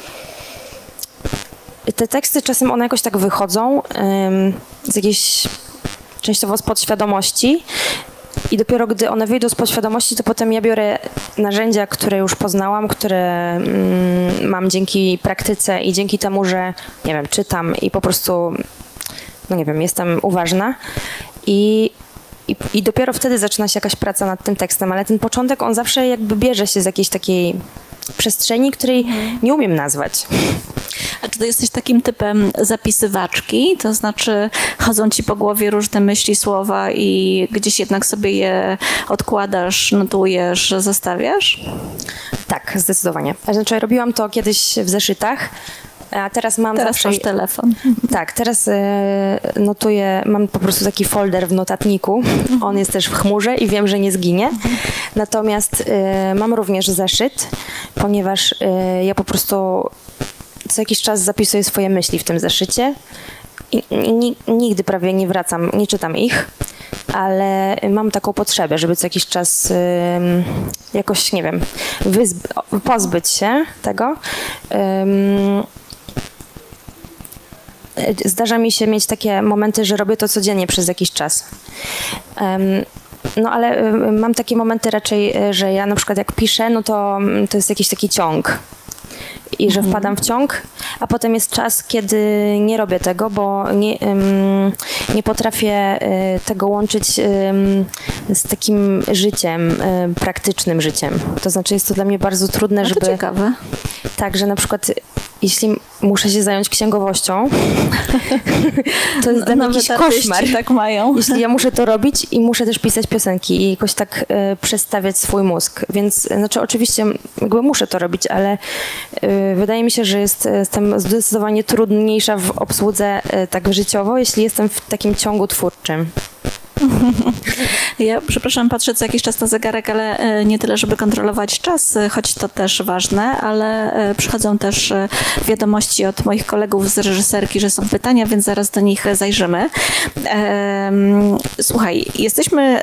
te teksty czasem one jakoś tak wychodzą z jakiejś częściowo z podświadomości i dopiero gdy one wyjdą z podświadomości, to potem ja biorę narzędzia, które już poznałam, które mm, mam dzięki praktyce i dzięki temu, że nie wiem, czytam i po prostu no nie wiem, jestem uważna i I, I dopiero wtedy zaczyna się jakaś praca nad tym tekstem, ale ten początek, on zawsze jakby bierze się z jakiejś takiej przestrzeni, której nie umiem nazwać. A czy ty jesteś takim typem zapisywaczki? To znaczy chodzą ci po głowie różne myśli, słowa i gdzieś jednak sobie je odkładasz, notujesz, zostawiasz? Tak, zdecydowanie. Znaczy robiłam to kiedyś w zeszytach, a teraz mam teraz zawsze... masz telefon. Tak, teraz y, notuję, mam po prostu taki folder w notatniku. Mhm. On jest też w chmurze i wiem, że nie zginie. Mhm. Natomiast y, mam również zeszyt, ponieważ y, ja po prostu co jakiś czas zapisuję swoje myśli w tym zeszycie i, i nigdy prawie nie wracam, nie czytam ich, ale mam taką potrzebę, żeby co jakiś czas y, jakoś, nie wiem, wyzb- pozbyć się tego. Y, Zdarza mi się mieć takie momenty, że robię to codziennie przez jakiś czas. No ale mam takie momenty raczej, że ja na przykład jak piszę, no to to jest jakiś taki ciąg. I że wpadam w ciąg, a potem jest czas, kiedy nie robię tego, bo nie, um, nie potrafię y, tego łączyć y, z takim życiem, y, praktycznym życiem. To znaczy jest to dla mnie bardzo trudne, no to żeby... ciekawe. Tak, że na przykład jeśli muszę się zająć księgowością, to jest dla mnie jakiś koszmar. Tak mają. Jeśli ja muszę to robić i muszę też pisać piosenki i jakoś tak y, przestawiać swój mózg. Więc znaczy oczywiście jakby muszę to robić, ale y, wydaje mi się, że jest, jestem zdecydowanie trudniejsza w obsłudze y, tak życiowo, jeśli jestem w takim ciągu twórczym. Ja, przepraszam, patrzę co jakiś czas na zegarek, ale nie tyle, żeby kontrolować czas, choć to też ważne, ale przychodzą też wiadomości od moich kolegów z reżyserki, że są pytania, więc zaraz do nich zajrzymy. Słuchaj, jesteśmy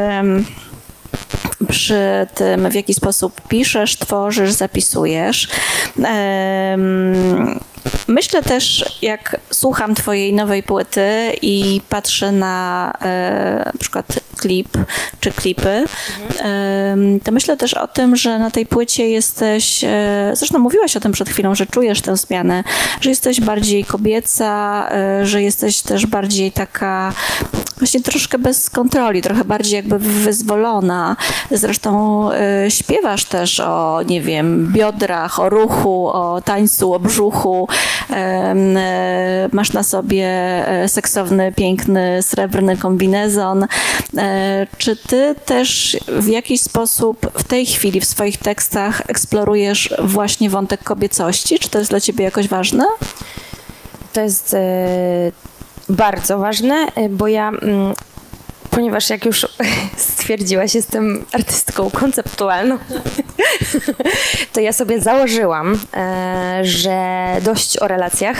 przy tym, w jaki sposób piszesz, tworzysz, zapisujesz. myślę też, jak słucham twojej nowej płyty i patrzę na e, na przykład klip czy klipy, mhm. to myślę też o tym, że na tej płycie jesteś, e, zresztą mówiłaś o tym przed chwilą, że czujesz tę zmianę, że jesteś bardziej kobieca, e, że jesteś też bardziej taka właśnie troszkę bez kontroli, trochę bardziej jakby wyzwolona. Zresztą y, śpiewasz też o, nie wiem, biodrach, o ruchu, o tańcu, o brzuchu. Y, y, masz na sobie seksowny, piękny, srebrny kombinezon. Y, czy ty też w jakiś sposób w tej chwili w swoich tekstach eksplorujesz właśnie wątek kobiecości? Czy to jest dla ciebie jakoś ważne? To jest... Y- Bardzo ważne, bo ja, ponieważ jak już stwierdziłaś, jestem artystką konceptualną, to ja sobie założyłam, że dość o relacjach,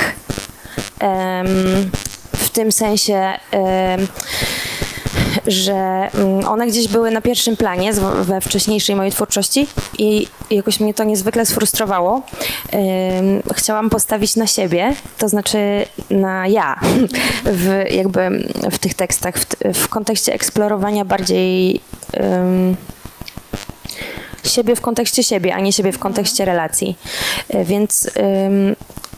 w tym sensie, że one gdzieś były na pierwszym planie we wcześniejszej mojej twórczości i jakoś mnie to niezwykle sfrustrowało. Chciałam postawić na siebie, to znaczy na ja, w, jakby w tych tekstach, w, w kontekście eksplorowania bardziej um, siebie w kontekście siebie, a nie siebie w kontekście relacji. Więc um,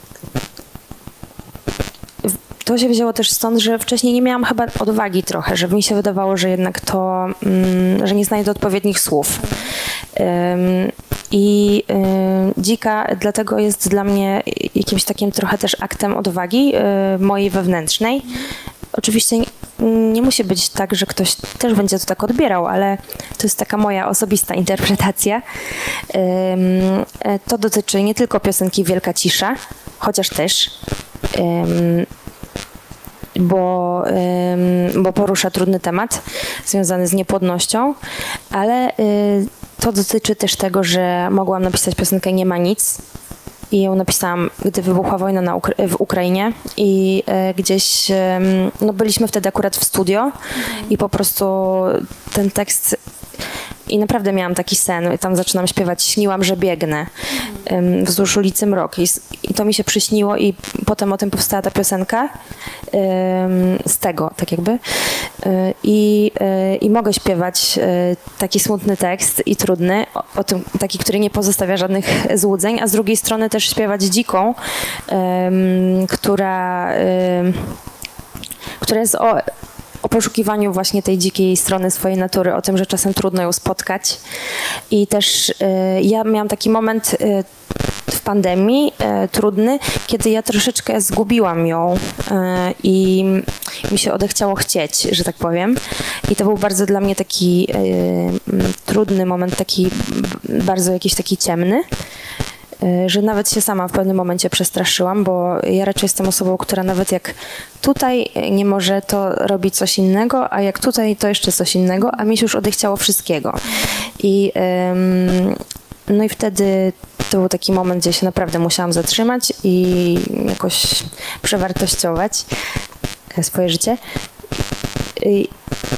to się wzięło też stąd, że wcześniej nie miałam chyba odwagi trochę, że mi się wydawało, że jednak to, um, że nie znajdę odpowiednich słów. Um, I y, Dzika dlatego jest dla mnie jakimś takim trochę też aktem odwagi y, mojej wewnętrznej. Oczywiście nie, nie musi być tak, że ktoś też będzie to tak odbierał, ale to jest taka moja osobista interpretacja. Y, y, to dotyczy nie tylko piosenki Wielka Cisza, chociaż też, y, bo, y, bo porusza trudny temat związany z niepłodnością, ale y, to dotyczy też tego, że mogłam napisać piosenkę Nie ma nic i ją napisałam, gdy wybuchła wojna na Ukra- w Ukrainie i e, gdzieś, e, no byliśmy wtedy akurat w studio mhm. i po prostu ten tekst i naprawdę miałam taki sen i tam zaczynam śpiewać, śniłam, że biegnę um, wzdłuż ulicy Mrok I, i to mi się przyśniło i potem o tym powstała ta piosenka um, z tego, tak jakby y, i, y, i mogę śpiewać y, taki smutny tekst i trudny, o, o tym, taki, który nie pozostawia żadnych złudzeń, a z drugiej strony też śpiewać dziką, um, która, y, która jest o o poszukiwaniu właśnie tej dzikiej strony swojej natury, o tym, że czasem trudno ją spotkać. I też y, ja miałam taki moment y, w pandemii y, trudny, kiedy ja troszeczkę zgubiłam ją y, i mi się odechciało chcieć, że tak powiem. I to był bardzo dla mnie taki y, y, trudny moment, taki bardzo jakiś taki ciemny, że nawet się sama w pewnym momencie przestraszyłam, bo ja raczej jestem osobą, która nawet jak tutaj nie może, to robi coś innego, a jak tutaj, to jeszcze coś innego, a mi się już odechciało wszystkiego. I, ym, no i wtedy to był taki moment, gdzie się naprawdę musiałam zatrzymać i jakoś przewartościować swoje życie. I,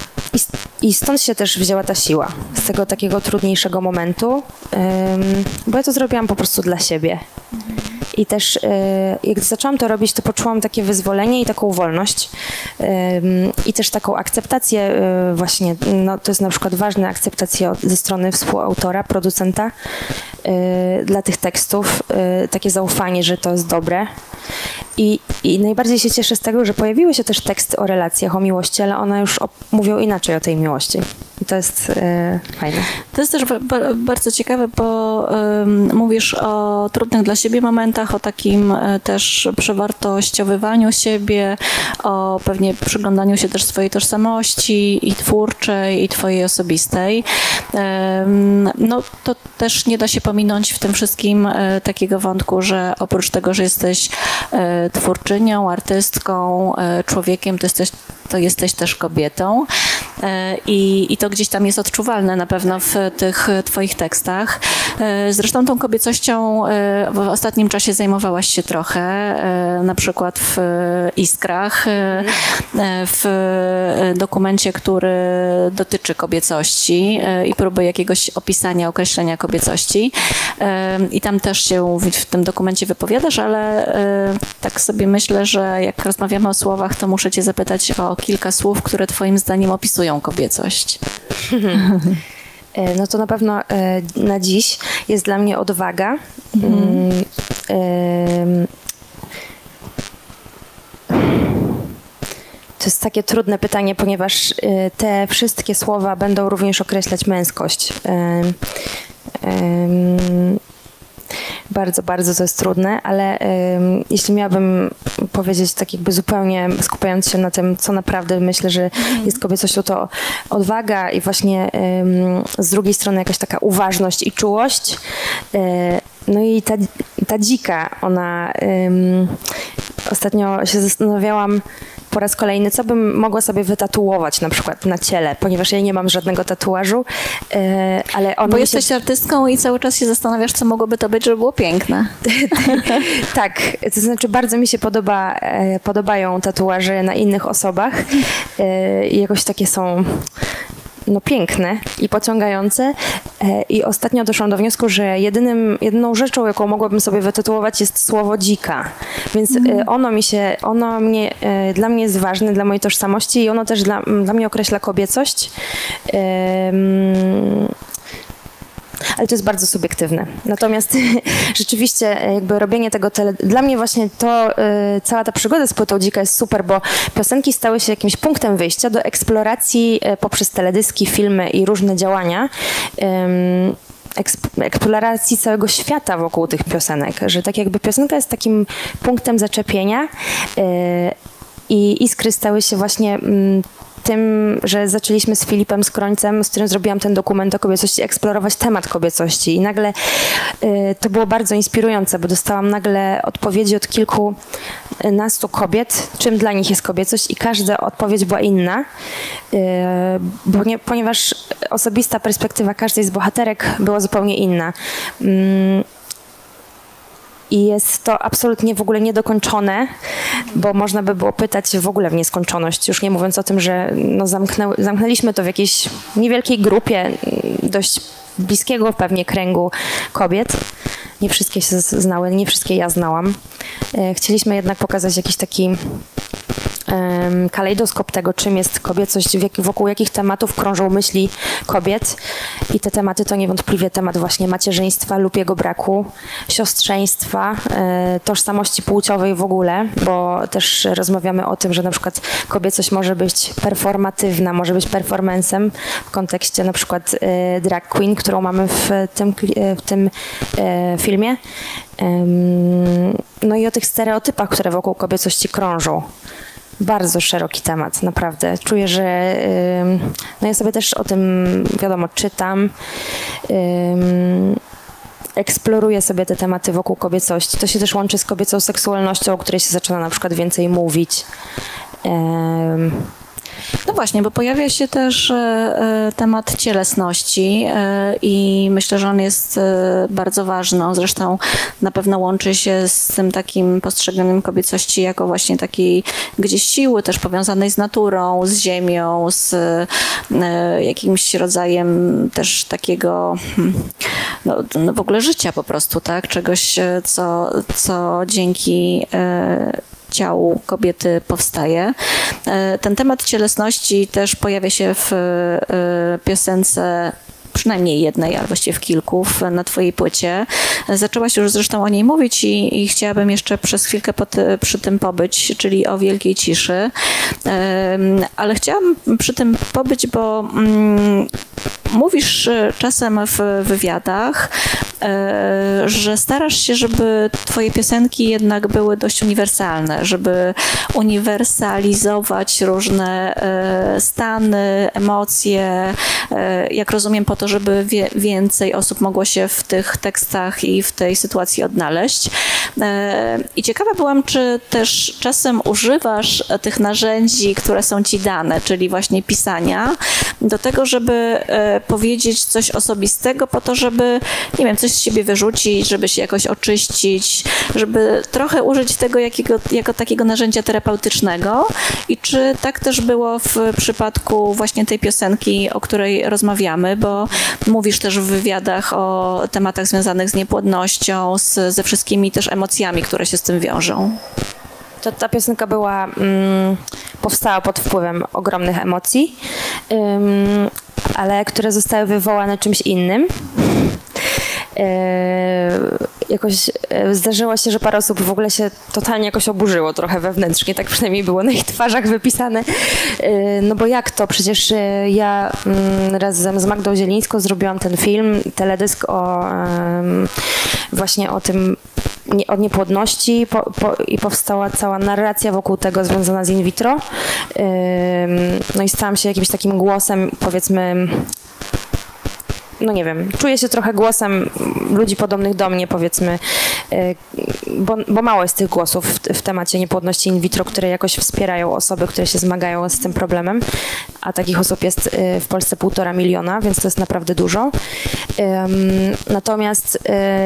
I stąd się też wzięła ta siła, z tego takiego trudniejszego momentu, um, bo ja to zrobiłam po prostu dla siebie. I też y, jak zaczęłam to robić, to poczułam takie wyzwolenie i taką wolność y, i też taką akceptację y, właśnie, no, to jest na przykład ważna akceptacja ze strony współautora, producenta y, dla tych tekstów, y, takie zaufanie, że to jest dobre. I, I najbardziej się cieszę z tego, że pojawiły się też teksty o relacjach, o miłości, ale one już o, mówią inaczej o tej miłości. I to jest e, fajne. To jest też ba- bardzo ciekawe, bo um, mówisz o trudnych dla siebie momentach, o takim e, też przewartościowywaniu siebie, o pewnie przyglądaniu się też swojej tożsamości i twórczej, i twojej osobistej. Um, no to też nie da się pominąć w tym wszystkim e, takiego wątku, że oprócz tego, że jesteś e, twórczynią, artystką, e, człowiekiem, to jesteś, to jesteś też kobietą. I, I to gdzieś tam jest odczuwalne na pewno w tych twoich tekstach. Zresztą tą kobiecością w ostatnim czasie zajmowałaś się trochę, na przykład w Iskrach, w dokumencie, który dotyczy kobiecości i próby jakiegoś opisania, określenia kobiecości. I tam też się w tym dokumencie wypowiadasz, ale tak sobie myślę, że jak rozmawiamy o słowach, to muszę cię zapytać o kilka słów, które twoim zdaniem opisują kobiecość. No to na pewno na dziś jest dla mnie odwaga. Mhm. To jest takie trudne pytanie, ponieważ te wszystkie słowa będą również określać męskość. Bardzo, bardzo to jest trudne, ale um, jeśli miałabym powiedzieć tak jakby zupełnie skupiając się na tym, co naprawdę myślę, że jest kobiecością, to odwaga i właśnie um, z drugiej strony jakaś taka uważność i czułość. Um, no i ta, ta dzika, ona um, ostatnio się zastanawiałam po raz kolejny, co bym mogła sobie wytatuować na przykład na ciele, ponieważ ja nie mam żadnego tatuażu, ale on... Bo się... jesteś artystką i cały czas się zastanawiasz, co mogłoby to być, żeby było piękne. Tak, to znaczy bardzo mi się podoba, podobają tatuaże na innych osobach i jakoś takie są... no piękne i pociągające i ostatnio doszłam do wniosku, że jedynym, jedyną rzeczą, jaką mogłabym sobie wytytułować, jest słowo dzika, więc mm. ono mi się, ono mnie, dla mnie jest ważne, dla mojej tożsamości i ono też dla, dla mnie określa kobiecość. Um, ale to jest bardzo subiektywne. Natomiast rzeczywiście jakby robienie tego, tele... dla mnie właśnie to y, cała ta przygoda z płytą Dzika jest super, bo piosenki stały się jakimś punktem wyjścia do eksploracji y, poprzez teledyski, filmy i różne działania. Y, eksploracji całego świata wokół tych piosenek, że tak jakby piosenka jest takim punktem zaczepienia y, i Iskry stały się właśnie y, tym, że zaczęliśmy z Filipem Skrońcem, z którym zrobiłam ten dokument o kobiecości, eksplorować temat kobiecości i nagle y, to było bardzo inspirujące, bo dostałam nagle odpowiedzi od kilkunastu kobiet, czym dla nich jest kobiecość i każda odpowiedź była inna, y, bo nie, ponieważ osobista perspektywa każdej z bohaterek była zupełnie inna. Y, I jest to absolutnie w ogóle niedokończone, bo można by było pytać w ogóle w nieskończoność, już nie mówiąc o tym, że no zamknę, zamknęliśmy to w jakiejś niewielkiej grupie, dość bliskiego pewnie kręgu kobiet. Nie wszystkie się znały, nie wszystkie ja znałam. Chcieliśmy jednak pokazać jakiś taki um, kalejdoskop tego, czym jest kobiecość, wokół jakich tematów krążą myśli kobiet. I te tematy to niewątpliwie temat właśnie macierzyństwa lub jego braku, siostrzeństwa, e, tożsamości płciowej w ogóle, bo też rozmawiamy o tym, że na przykład kobiecość może być performatywna, może być performancem w kontekście na przykład e, drag queen, którą mamy w tym, w tym e, filmie. No i o tych stereotypach, które wokół kobiecości krążą. Bardzo szeroki temat, naprawdę. Czuję, że no ja sobie też o tym, wiadomo, czytam, eksploruję sobie te tematy wokół kobiecości. To się też łączy z kobiecą seksualnością, o której się zaczyna na przykład więcej mówić. No właśnie, bo pojawia się też e, temat cielesności e, i myślę, że on jest e, bardzo ważny. Zresztą na pewno łączy się z tym takim postrzeganiem kobiecości jako właśnie takiej gdzieś siły też powiązanej z naturą, z ziemią, z e, jakimś rodzajem też takiego no, no w ogóle życia po prostu, tak? Czegoś, co, co dzięki e, ciału kobiety powstaje. Ten temat cielesności też pojawia się w piosence przynajmniej jednej, ale właściwie w kilku na twojej płycie. Zaczęłaś już zresztą o niej mówić i, i chciałabym jeszcze przez chwilkę pod, przy tym pobyć, czyli o wielkiej ciszy. Ale chciałam przy tym pobyć, bo mm, mówisz czasem w wywiadach, że starasz się, żeby twoje piosenki jednak były dość uniwersalne, żeby uniwersalizować różne stany, emocje, jak rozumiem, po to, żeby wie, więcej osób mogło się w tych tekstach i w tej sytuacji odnaleźć. I ciekawa byłam, czy też czasem używasz tych narzędzi, które są ci dane, czyli właśnie pisania, do tego, żeby powiedzieć coś osobistego po to, żeby, nie wiem, coś z siebie wyrzucić, żeby się jakoś oczyścić, żeby trochę użyć tego jakiego, jako takiego narzędzia terapeutycznego. I czy tak też było w przypadku właśnie tej piosenki, o której rozmawiamy, bo mówisz też w wywiadach o tematach związanych z niepłodnością, z, ze wszystkimi też emocjami, które się z tym wiążą. To ta piosenka była, mm, powstała pod wpływem ogromnych emocji, ym, ale które zostały wywołane czymś innym. Yy, jakoś yy, zdarzyło się, że parę osób w ogóle się totalnie jakoś oburzyło trochę wewnętrznie, tak przynajmniej było na ich twarzach wypisane. Yy, no bo jak to? Przecież yy, ja yy, razem z Magdą Zielińską zrobiłam ten film, teledysk o yy, właśnie o tym, nie, o niepłodności po, po, i powstała cała narracja wokół tego związana z in vitro. Yy, no i stałam się jakimś takim głosem, powiedzmy, no nie wiem, czuję się trochę głosem ludzi podobnych do mnie, powiedzmy, bo, bo mało jest tych głosów w, w temacie niepłodności in vitro, które jakoś wspierają osoby, które się zmagają z tym problemem, a takich osób jest w Polsce półtora miliona, więc to jest naprawdę dużo. Natomiast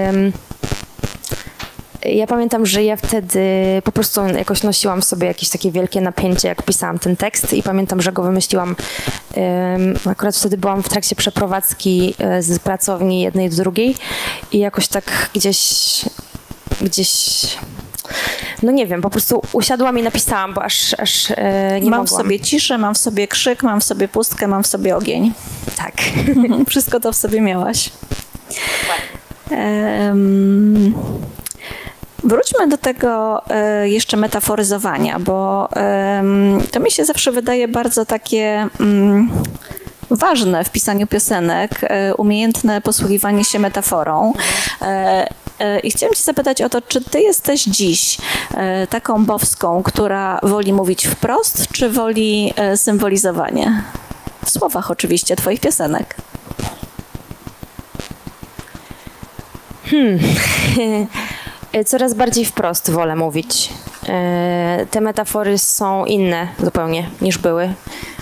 ja pamiętam, że ja wtedy po prostu jakoś nosiłam w sobie jakieś takie wielkie napięcie, jak pisałam ten tekst i pamiętam, że go wymyśliłam. Um, akurat wtedy byłam w trakcie przeprowadzki z pracowni jednej do drugiej i jakoś tak gdzieś, gdzieś, no nie wiem, po prostu usiadłam i napisałam, bo aż, aż e, nie mam mogłam. W sobie ciszę, mam w sobie krzyk, mam w sobie pustkę, mam w sobie ogień. Tak. Wszystko to w sobie miałaś. Um, Wróćmy do tego e, jeszcze metaforyzowania, bo e, to mi się zawsze wydaje bardzo takie mm, ważne w pisaniu piosenek, e, umiejętne posługiwanie się metaforą. E, e, I chciałam cię zapytać o to, czy ty jesteś dziś e, taką bowską, która woli mówić wprost, czy woli e, symbolizowanie? W słowach oczywiście twoich piosenek. Hmm... Coraz bardziej wprost wolę mówić. Te metafory są inne zupełnie niż były.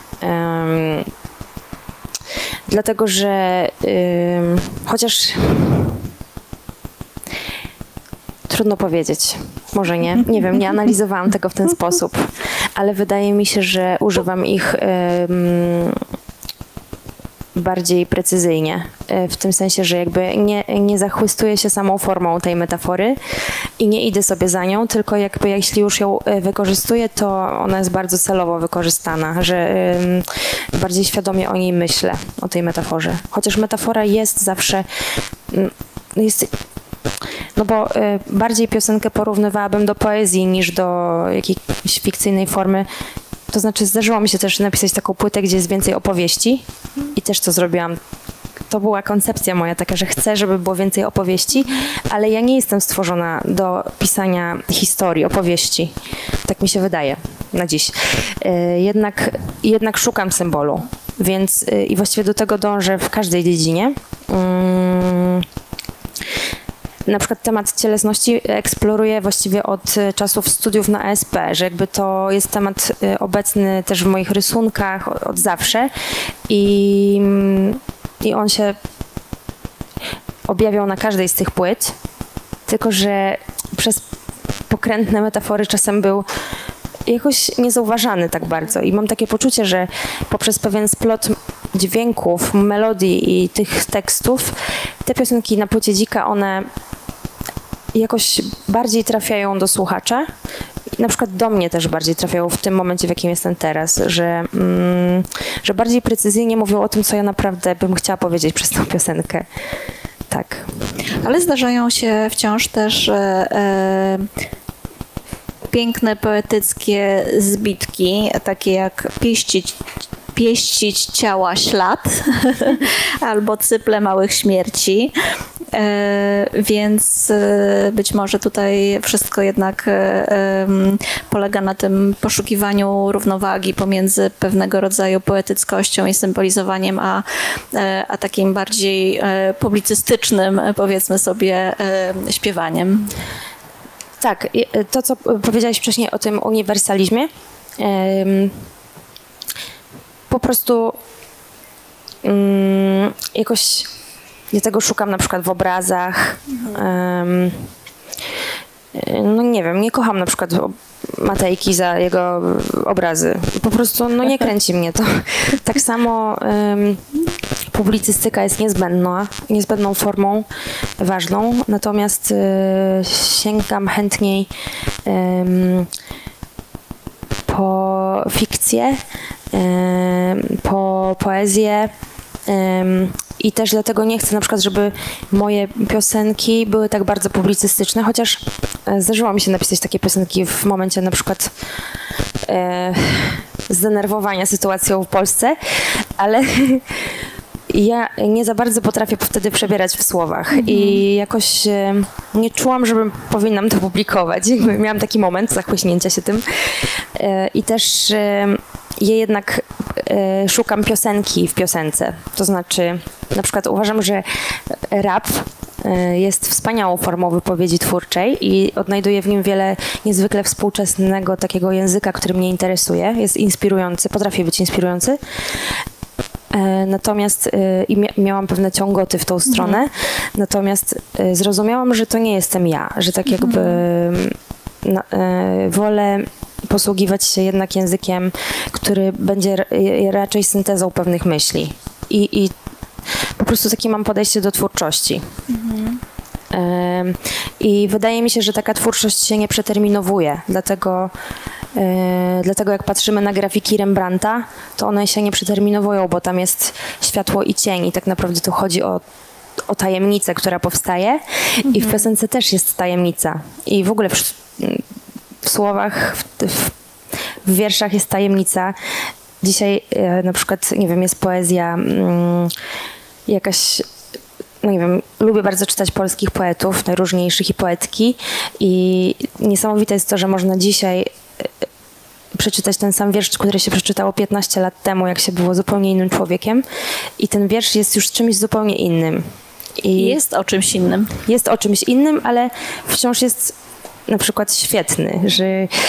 Dlatego, że chociaż trudno powiedzieć, może nie, nie wiem, nie analizowałam tego w ten sposób, ale wydaje mi się, że używam ich bardziej precyzyjnie, w tym sensie, że jakby nie, nie zachwystuję się samą formą tej metafory i nie idę sobie za nią, tylko jakby jeśli już ją wykorzystuję, to ona jest bardzo celowo wykorzystana, że y, bardziej świadomie o niej myślę, o tej metaforze. Chociaż metafora jest zawsze, y, jest, no bo y, bardziej piosenkę porównywałabym do poezji niż do jakiejś fikcyjnej formy. To znaczy zdarzyło mi się też napisać taką płytę, gdzie jest więcej opowieści i też to zrobiłam. To była koncepcja moja taka, że chcę, żeby było więcej opowieści, ale ja nie jestem stworzona do pisania historii, opowieści. Tak mi się wydaje na dziś. Jednak, jednak szukam symbolu, więc i właściwie do tego dążę w każdej dziedzinie. Na przykład temat cielesności eksploruję właściwie od czasów studiów na A S P, że jakby to jest temat obecny też w moich rysunkach od, od zawsze i, i on się objawiał na każdej z tych płyt, tylko że przez pokrętne metafory czasem był jakoś niezauważany tak bardzo i mam takie poczucie, że poprzez pewien splot dźwięków, melodii i tych tekstów te piosenki na płycie Dzika, one jakoś bardziej trafiają do słuchacza. Na przykład do mnie też bardziej trafiają w tym momencie, w jakim jestem teraz, że, mm, że bardziej precyzyjnie mówią o tym, co ja naprawdę bym chciała powiedzieć przez tę piosenkę. Tak. Ale zdarzają się wciąż też e, e, piękne, poetyckie zbitki, takie jak pieścić pieścić ciała ślad albo cyple małych śmierci. Więc być może tutaj wszystko jednak polega na tym poszukiwaniu równowagi pomiędzy pewnego rodzaju poetyckością i symbolizowaniem, a, a takim bardziej publicystycznym, powiedzmy sobie, śpiewaniem. Tak, to co powiedziałaś wcześniej o tym uniwersalizmie, po prostu jakoś ja tego szukam na przykład w obrazach. Mhm. No nie wiem, nie kocham na przykład Matejki za jego obrazy. Po prostu no nie kręci mnie to. Tak samo um, publicystyka jest niezbędna, niezbędną formą, ważną, natomiast y, sięgam chętniej y, po fikcję, y, po poezję, y, i też dlatego nie chcę na przykład, żeby moje piosenki były tak bardzo publicystyczne, chociaż zdarzyło mi się napisać takie piosenki w momencie na przykład e, zdenerwowania sytuacją w Polsce, ale ja nie za bardzo potrafię wtedy przebierać w słowach mhm. i jakoś e, nie czułam, żebym powinnam to publikować. Miałam taki moment zachłyśnięcia się tym e, i też e, ja jednak e, szukam piosenki w piosence. To znaczy, na przykład uważam, że rap e, jest wspaniałą formą wypowiedzi twórczej i odnajduję w nim wiele niezwykle współczesnego takiego języka, który mnie interesuje. Jest inspirujący, potrafi być inspirujący. E, natomiast e, i mia- miałam pewne ciągoty w tą stronę. Mhm. Natomiast e, zrozumiałam, że to nie jestem ja, że tak jakby mhm. na, e, wolę posługiwać się jednak językiem, który będzie raczej syntezą pewnych myśli. I, i po prostu takie mam podejście do twórczości. Mhm. Um, I wydaje mi się, że taka twórczość się nie przeterminowuje. Dlatego, yy, dlatego jak patrzymy na grafiki Rembrandta, to one się nie przeterminowują, bo tam jest światło i cień i tak naprawdę tu chodzi o o tajemnicę, która powstaje. Mhm. I w piosence też jest tajemnica. I w ogóle w, w słowach, w, w, w wierszach jest tajemnica. Dzisiaj e, na przykład, nie wiem, jest poezja mm, jakaś, no nie wiem, lubię bardzo czytać polskich poetów, najróżniejszych i poetki i niesamowite jest to, że można dzisiaj e, przeczytać ten sam wiersz, który się przeczytało piętnaście lat temu, jak się było zupełnie innym człowiekiem i ten wiersz jest już czymś zupełnie innym. I jest o czymś innym. Jest o czymś innym, ale wciąż jest na przykład świetny, że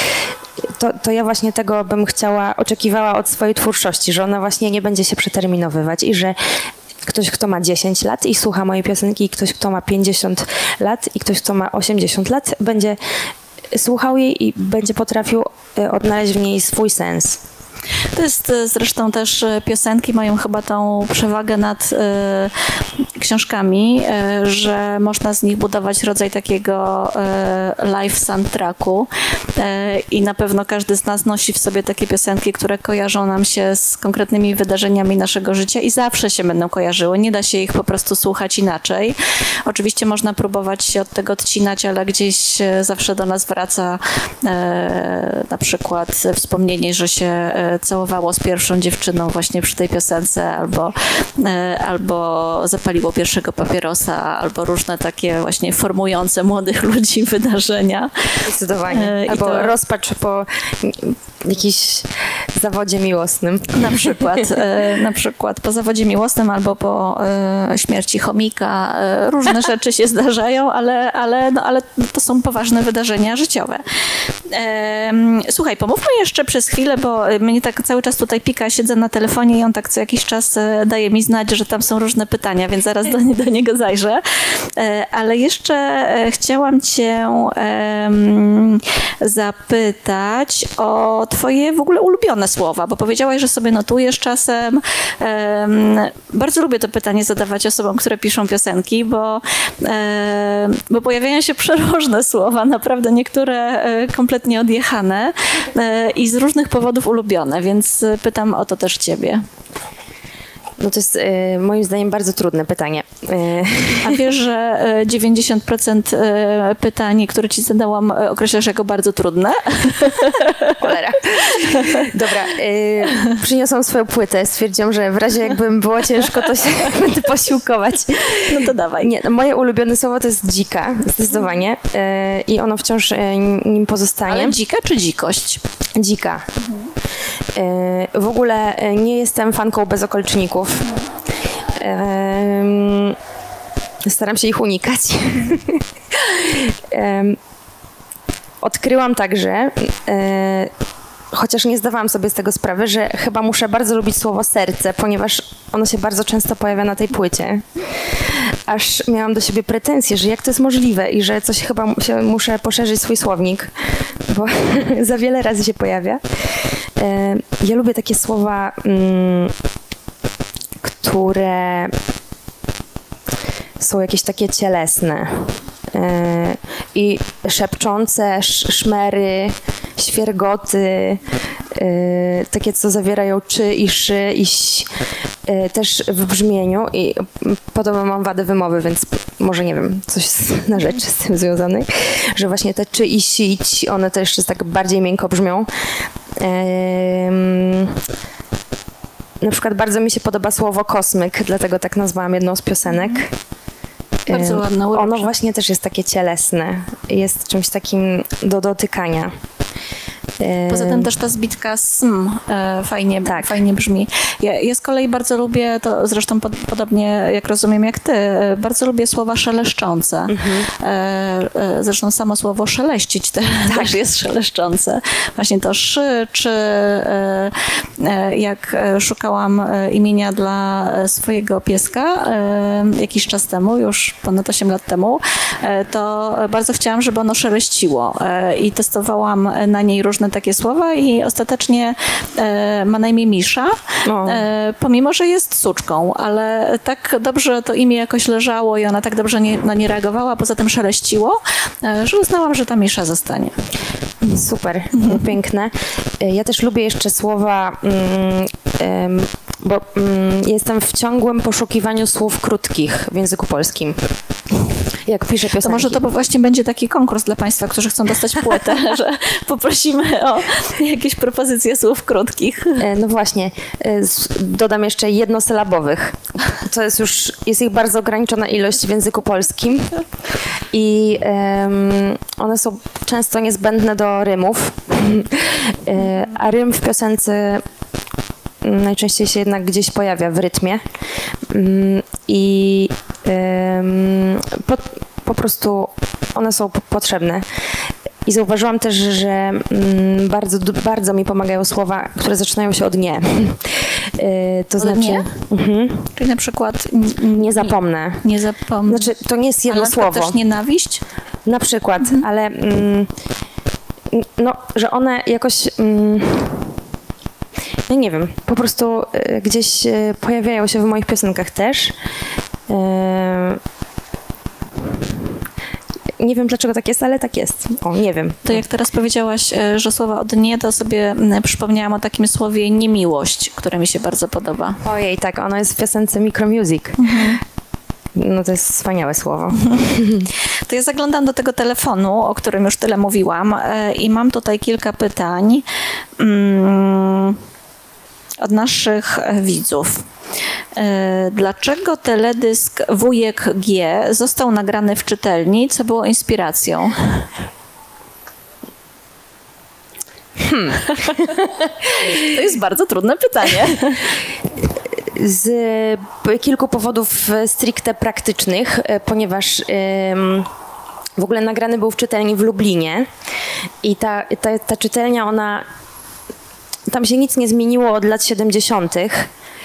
to, to ja właśnie tego bym chciała, oczekiwała od swojej twórczości, że ona właśnie nie będzie się przeterminowywać i że ktoś, kto ma dziesięć lat i słucha mojej piosenki, i ktoś, kto ma pięćdziesiąt lat i ktoś, kto ma osiemdziesiąt lat, będzie słuchał jej i będzie potrafił odnaleźć w niej swój sens. To jest zresztą też piosenki mają chyba tą przewagę nad y, książkami, y, że można z nich budować rodzaj takiego y, live soundtracku y, i na pewno każdy z nas nosi w sobie takie piosenki, które kojarzą nam się z konkretnymi wydarzeniami naszego życia i zawsze się będą kojarzyły. Nie da się ich po prostu słuchać inaczej. Oczywiście można próbować się od tego odcinać, ale gdzieś zawsze do nas wraca y, na przykład wspomnienie, że się całowało z pierwszą dziewczyną właśnie przy tej piosence, albo, albo zapaliło pierwszego papierosa, albo różne takie właśnie formujące młodych ludzi wydarzenia. Zdecydowanie. Albo to... rozpacz po jakimś zawodzie miłosnym. Na przykład, na przykład po zawodzie miłosnym albo po śmierci chomika. Różne rzeczy się zdarzają, ale, ale, no, ale to są poważne wydarzenia życiowe. Słuchaj, pomówmy jeszcze przez chwilę, bo mnie tak cały czas tutaj pika, siedzę na telefonie i on tak co jakiś czas daje mi znać, że tam są różne pytania, więc zaraz do, do niego zajrzę. Ale jeszcze chciałam cię um, zapytać o twoje w ogóle ulubione słowa, bo powiedziałaś, że sobie notujesz czasem. Um, bardzo lubię to pytanie zadawać osobom, które piszą piosenki, bo, um, bo pojawiają się przeróżne słowa, naprawdę niektóre kompletnie odjechane um, i z różnych powodów ulubione, więc pytam o to też ciebie. No to jest y, moim zdaniem bardzo trudne pytanie. Y. A wiesz, że dziewięćdziesiąt procent pytań, które ci zadałam, określasz jako bardzo trudne? Cholera. Dobra, y, przyniosłam swoją płytę. Stwierdziłam, że w razie jakbym było ciężko, to się będę posiłkować. No to dawaj. Nie, no moje ulubione słowo to jest dzika, zdecydowanie. Y, I ono wciąż y, nim pozostanie. Ale dzika czy dzikość? Dzika. Y, w ogóle nie jestem fanką bezokoliczników. Y, staram się ich unikać. y, odkryłam także, y, chociaż nie zdawałam sobie z tego sprawy, że chyba muszę bardzo lubić słowo serce, ponieważ ono się bardzo często pojawia na tej płycie. Aż miałam do siebie pretensje, że jak to jest możliwe i że coś chyba się, muszę poszerzyć swój słownik, bo za wiele razy się pojawia. Ja lubię takie słowa, które są jakieś takie cielesne i szepczące, szmery, świergoty, takie, co zawierają czy i szy, iś, też w brzmieniu i podobno mam wadę wymowy, więc może nie wiem, coś na rzeczy z tym związanych, że właśnie te czy i sić, one też jeszcze tak bardziej miękko brzmią. Na przykład bardzo mi się podoba słowo kosmyk, dlatego tak nazwałam jedną z piosenek. Bardzo ładne, urocze. Ono właśnie też jest takie cielesne. Jest czymś takim do dotykania. Poza tym też ta zbitka sm e, fajnie, tak. fajnie brzmi. Ja, ja z kolei bardzo lubię, to zresztą pod, podobnie jak rozumiem jak ty, e, bardzo lubię słowa szeleszczące. Mhm. E, e, zresztą samo słowo szeleścić te, tak. też jest szeleszczące. Właśnie to szy, czy e, e, jak szukałam imienia dla swojego pieska e, jakiś czas temu, już ponad osiem lat temu, e, to bardzo chciałam, żeby ono szeleściło e, i testowałam na niej różne takie słowa i ostatecznie e, ma na imię Misza, e, pomimo, że jest suczką, ale tak dobrze to imię jakoś leżało i ona tak dobrze nie, no, nie reagowała, poza tym szeleściło, e, że uznałam, że ta Misza zostanie. Super, mhm. Piękne. Ja też lubię jeszcze słowa, mm, y, bo mm, jestem w ciągłym poszukiwaniu słów krótkich w języku polskim. Jak piszę piosenki. To może to właśnie będzie taki konkurs dla Państwa, którzy chcą dostać płytę, że poprosimy o jakieś propozycje słów krótkich. No właśnie, dodam jeszcze jednosylabowych. To jest już, jest ich bardzo ograniczona ilość w języku polskim i um, one są często niezbędne do rymów, a rym w piosence najczęściej się jednak gdzieś pojawia w rytmie i po, po prostu one są potrzebne. I zauważyłam też, że bardzo, bardzo mi pomagają słowa, które zaczynają się od nie. To od znaczy... Nie? Mhm. Czyli na przykład... Nie zapomnę. Nie zapomnę. Znaczy, to nie jest jedno ale słowo. też nienawiść? Na przykład, mhm. ale mm, no, że one jakoś... Mm, no nie wiem, po prostu y, gdzieś y, pojawiają się w moich piosenkach też. Y, nie wiem, dlaczego tak jest, ale tak jest. O, nie wiem. To jak teraz powiedziałaś, że słowa od nie, to sobie przypomniałam o takim słowie niemiłość, które mi się bardzo podoba. Ojej, tak, ono jest w piosence Micromusic. Mhm. No to jest wspaniałe słowo. To ja zaglądam do tego telefonu, o którym już tyle mówiłam i mam tutaj kilka pytań mm, od naszych widzów. Dlaczego teledysk Wujek G został nagrany w czytelni? Co było inspiracją? Hmm. To jest bardzo trudne pytanie. Z kilku powodów stricte praktycznych, ponieważ w ogóle nagrany był w czytelni w Lublinie i ta, ta, ta czytelnia, ona tam się nic nie zmieniło od lat siedemdziesiątych.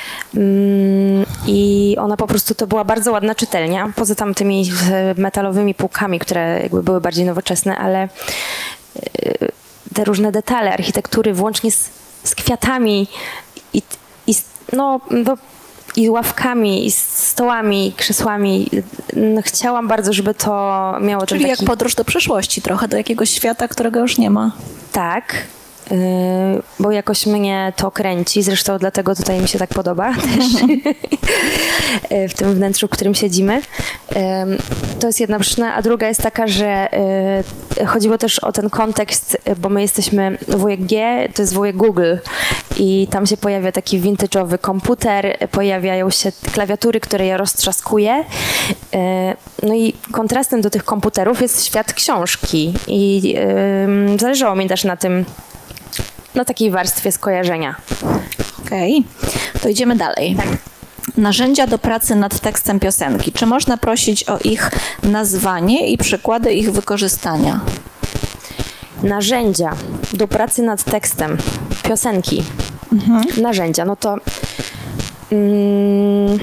I ona po prostu to była bardzo ładna czytelnia, poza tam tymi metalowymi półkami, które jakby były bardziej nowoczesne, ale te różne detale architektury, włącznie z, z kwiatami i, i, no, no, i ławkami, i stołami, i krzesłami. No, chciałam bardzo, żeby to miało Czyli ten taki... jak podróż do przeszłości trochę, do jakiegoś świata, którego już nie ma. Tak. bo jakoś mnie to kręci, zresztą dlatego tutaj mi się tak podoba też w tym wnętrzu, w którym siedzimy. To jest jedna przyczyna, a druga jest taka, że chodziło też o ten kontekst, bo my jesteśmy wujek G, to jest wujek Google i tam się pojawia taki vintage'owy komputer, pojawiają się klawiatury, które ja roztrzaskuję. No i kontrastem do tych komputerów jest świat książki i zależało mi też na tym, na takiej warstwie skojarzenia. Okej, okay. To idziemy dalej. Tak. Narzędzia do pracy nad tekstem piosenki. Czy można prosić o ich nazwanie i przykłady ich wykorzystania? Narzędzia do pracy nad tekstem piosenki. Mhm. Narzędzia, no to... Mm,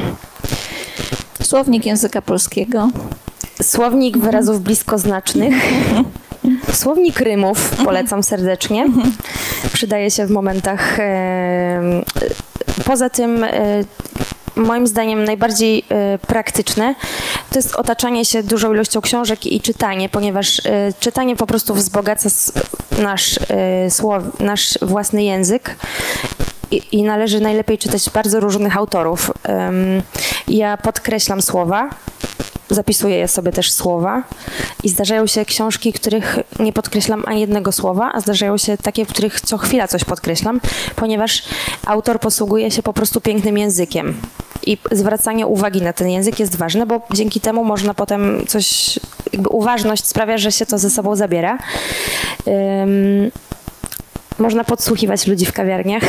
Słownik języka polskiego. Słownik wyrazów bliskoznacznych. Słownik rymów polecam serdecznie. Przydaje się w momentach... E, poza tym... E, moim zdaniem najbardziej e, praktyczne to jest otaczanie się dużą ilością książek i czytanie, ponieważ e, czytanie po prostu wzbogaca nasz, e, słow, nasz własny język i, i należy najlepiej czytać bardzo różnych autorów. E, ja podkreślam słowa, zapisuję je sobie też słowa i zdarzają się książki, których nie podkreślam ani jednego słowa, a zdarzają się takie, w których co chwila coś podkreślam, ponieważ autor posługuje się po prostu pięknym językiem i zwracanie uwagi na ten język jest ważne, bo dzięki temu można potem coś, jakby uważność sprawia, że się to ze sobą zabiera. Um, Można podsłuchiwać ludzi w kawiarniach.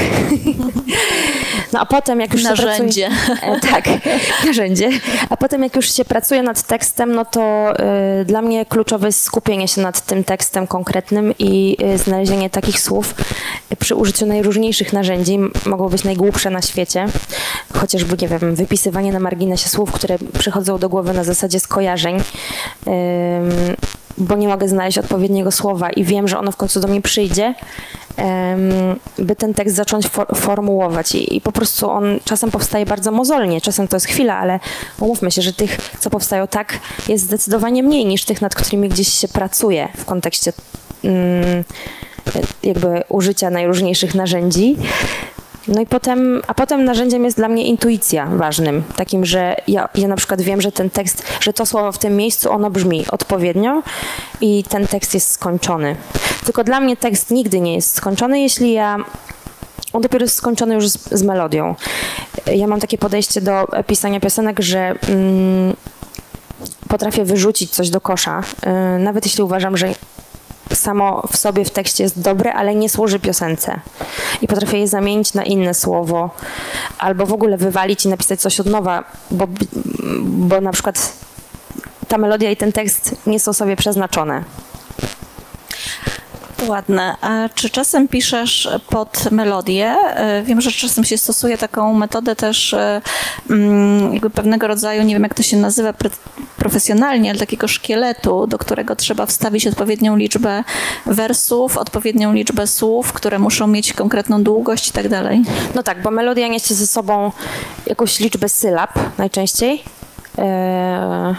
No a potem jak już narzędzie. się pracuje... Tak, narzędzie. A potem jak już się pracuje nad tekstem, no to y, dla mnie kluczowe jest skupienie się nad tym tekstem konkretnym i y, znalezienie takich słów y, przy użyciu najróżniejszych narzędzi. Mogą być najgłupsze na świecie. Chociażby, nie wiem, wypisywanie na marginesie słów, które przychodzą do głowy na zasadzie skojarzeń. Y, bo nie mogę znaleźć odpowiedniego słowa i wiem, że ono w końcu do mnie przyjdzie, by ten tekst zacząć for- formułować I, i po prostu on czasem powstaje bardzo mozolnie, czasem to jest chwila, ale umówmy się, że tych, co powstają tak, jest zdecydowanie mniej niż tych, nad którymi gdzieś się pracuje w kontekście mm, jakby użycia najróżniejszych narzędzi. No i potem, a potem narzędziem jest dla mnie intuicja ważnym, takim, że ja, ja na przykład wiem, że ten tekst, że to słowo w tym miejscu, ono brzmi odpowiednio i ten tekst jest skończony. Tylko dla mnie tekst nigdy nie jest skończony, jeśli ja, on dopiero jest skończony już z, z melodią. Ja mam takie podejście do pisania piosenek, że mm, potrafię wyrzucić coś do kosza, yy, nawet jeśli uważam, że samo w sobie w tekście jest dobre, ale nie służy piosence. I potrafię je zamienić na inne słowo, albo w ogóle wywalić i napisać coś od nowa, bo, bo na przykład ta melodia i ten tekst nie są sobie przeznaczone. Ładne. A czy czasem piszesz pod melodię? Wiem, że czasem się stosuje taką metodę też jakby pewnego rodzaju, nie wiem jak to się nazywa profesjonalnie, ale takiego szkieletu, do którego trzeba wstawić odpowiednią liczbę wersów, odpowiednią liczbę słów, które muszą mieć konkretną długość i tak dalej. No tak, bo melodia niesie ze sobą jakąś liczbę sylab najczęściej. Eee...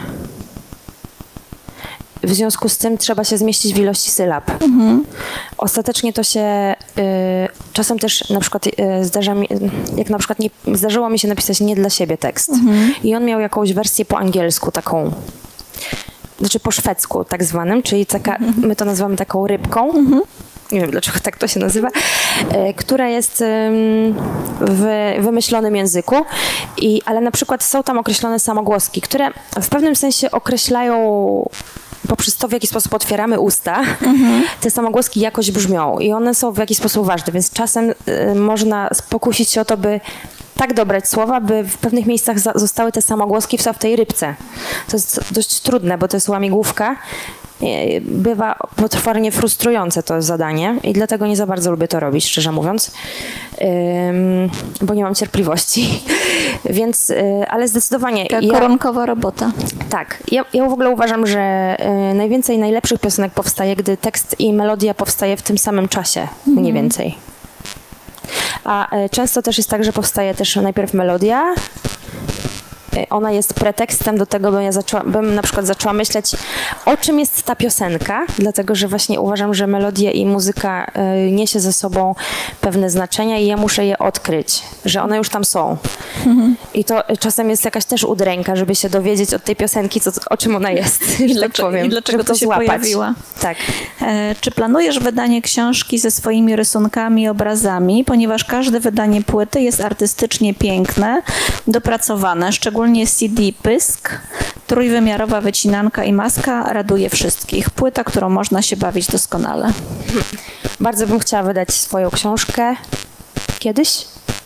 W związku z tym trzeba się zmieścić w ilości sylab. Mhm. Ostatecznie to się y, czasem też na przykład y, zdarza mi, jak na przykład nie, zdarzyło mi się napisać nie dla siebie tekst mhm. i on miał jakąś wersję po angielsku taką, znaczy po szwedzku tak zwanym, czyli taka, mhm. my to nazywamy taką rybką. Mhm. Nie wiem, dlaczego tak to się nazywa, y, która jest y, w wymyślonym języku, I, ale na przykład są tam określone samogłoski, które w pewnym sensie określają poprzez to, w jaki sposób otwieramy usta, mhm. te samogłoski jakoś brzmią i one są w jakiś sposób ważne, więc czasem y, można pokusić się o to, by tak dobrać słowa, by w pewnych miejscach za- zostały te samogłoski w, w tej rybce. To jest dość trudne, bo to jest łamigłówka. Bywa potwornie frustrujące to zadanie i dlatego nie za bardzo lubię to robić, szczerze mówiąc, ym, bo nie mam cierpliwości, więc, y, ale zdecydowanie... Taka koronkowa ja, robota. Tak. Ja, ja w ogóle uważam, że y, najwięcej najlepszych piosenek powstaje, gdy tekst i melodia powstaje w tym samym czasie, mhm. mniej więcej. A y, często też jest tak, że powstaje też najpierw melodia, ona jest pretekstem do tego, bym ja zaczęła, bym na przykład zaczęła myśleć, o czym jest ta piosenka, dlatego że właśnie uważam, że melodia i muzyka y, niesie ze sobą pewne znaczenia i ja muszę je odkryć, że one już tam są. Mhm. I to czasem jest jakaś też udręka, żeby się dowiedzieć od tej piosenki, co, o czym ona jest, I że dlaczego, tak powiem, i dlaczego to się złapać. pojawiła. Tak. E, czy planujesz wydanie książki ze swoimi rysunkami i obrazami, ponieważ każde wydanie płyty jest artystycznie piękne, dopracowane, szczególnie C D Pysk, trójwymiarowa wycinanka i maska raduje wszystkich. Płyta, którą można się bawić doskonale. Bardzo bym chciała wydać swoją książkę kiedyś.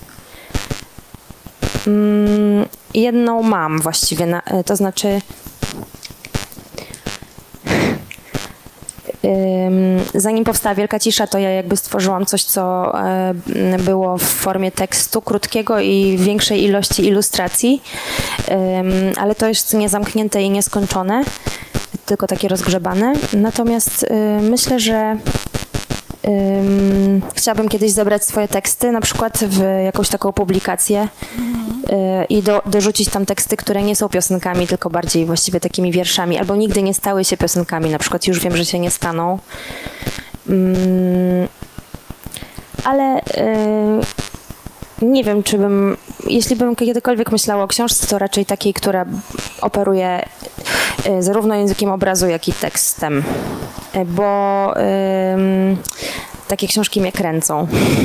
Mm, jedną mam właściwie, na, to znaczy zanim powstała Wielka Cisza, to ja jakby stworzyłam coś, co było w formie tekstu krótkiego i większej ilości ilustracji, ale to jest niezamknięte i nieskończone, tylko takie rozgrzebane. Natomiast myślę, że Um, chciałabym kiedyś zebrać swoje teksty, na przykład w jakąś taką publikację y, i do, dorzucić tam teksty, które nie są piosenkami, tylko bardziej właściwie takimi wierszami, albo nigdy nie stały się piosenkami, na przykład już wiem, że się nie staną. Um, ale y, nie wiem, czy bym, jeśli bym kiedykolwiek myślała o książce, to raczej takiej, która operuje y, zarówno językiem obrazu, jak i tekstem. Bo ym, takie książki mnie kręcą.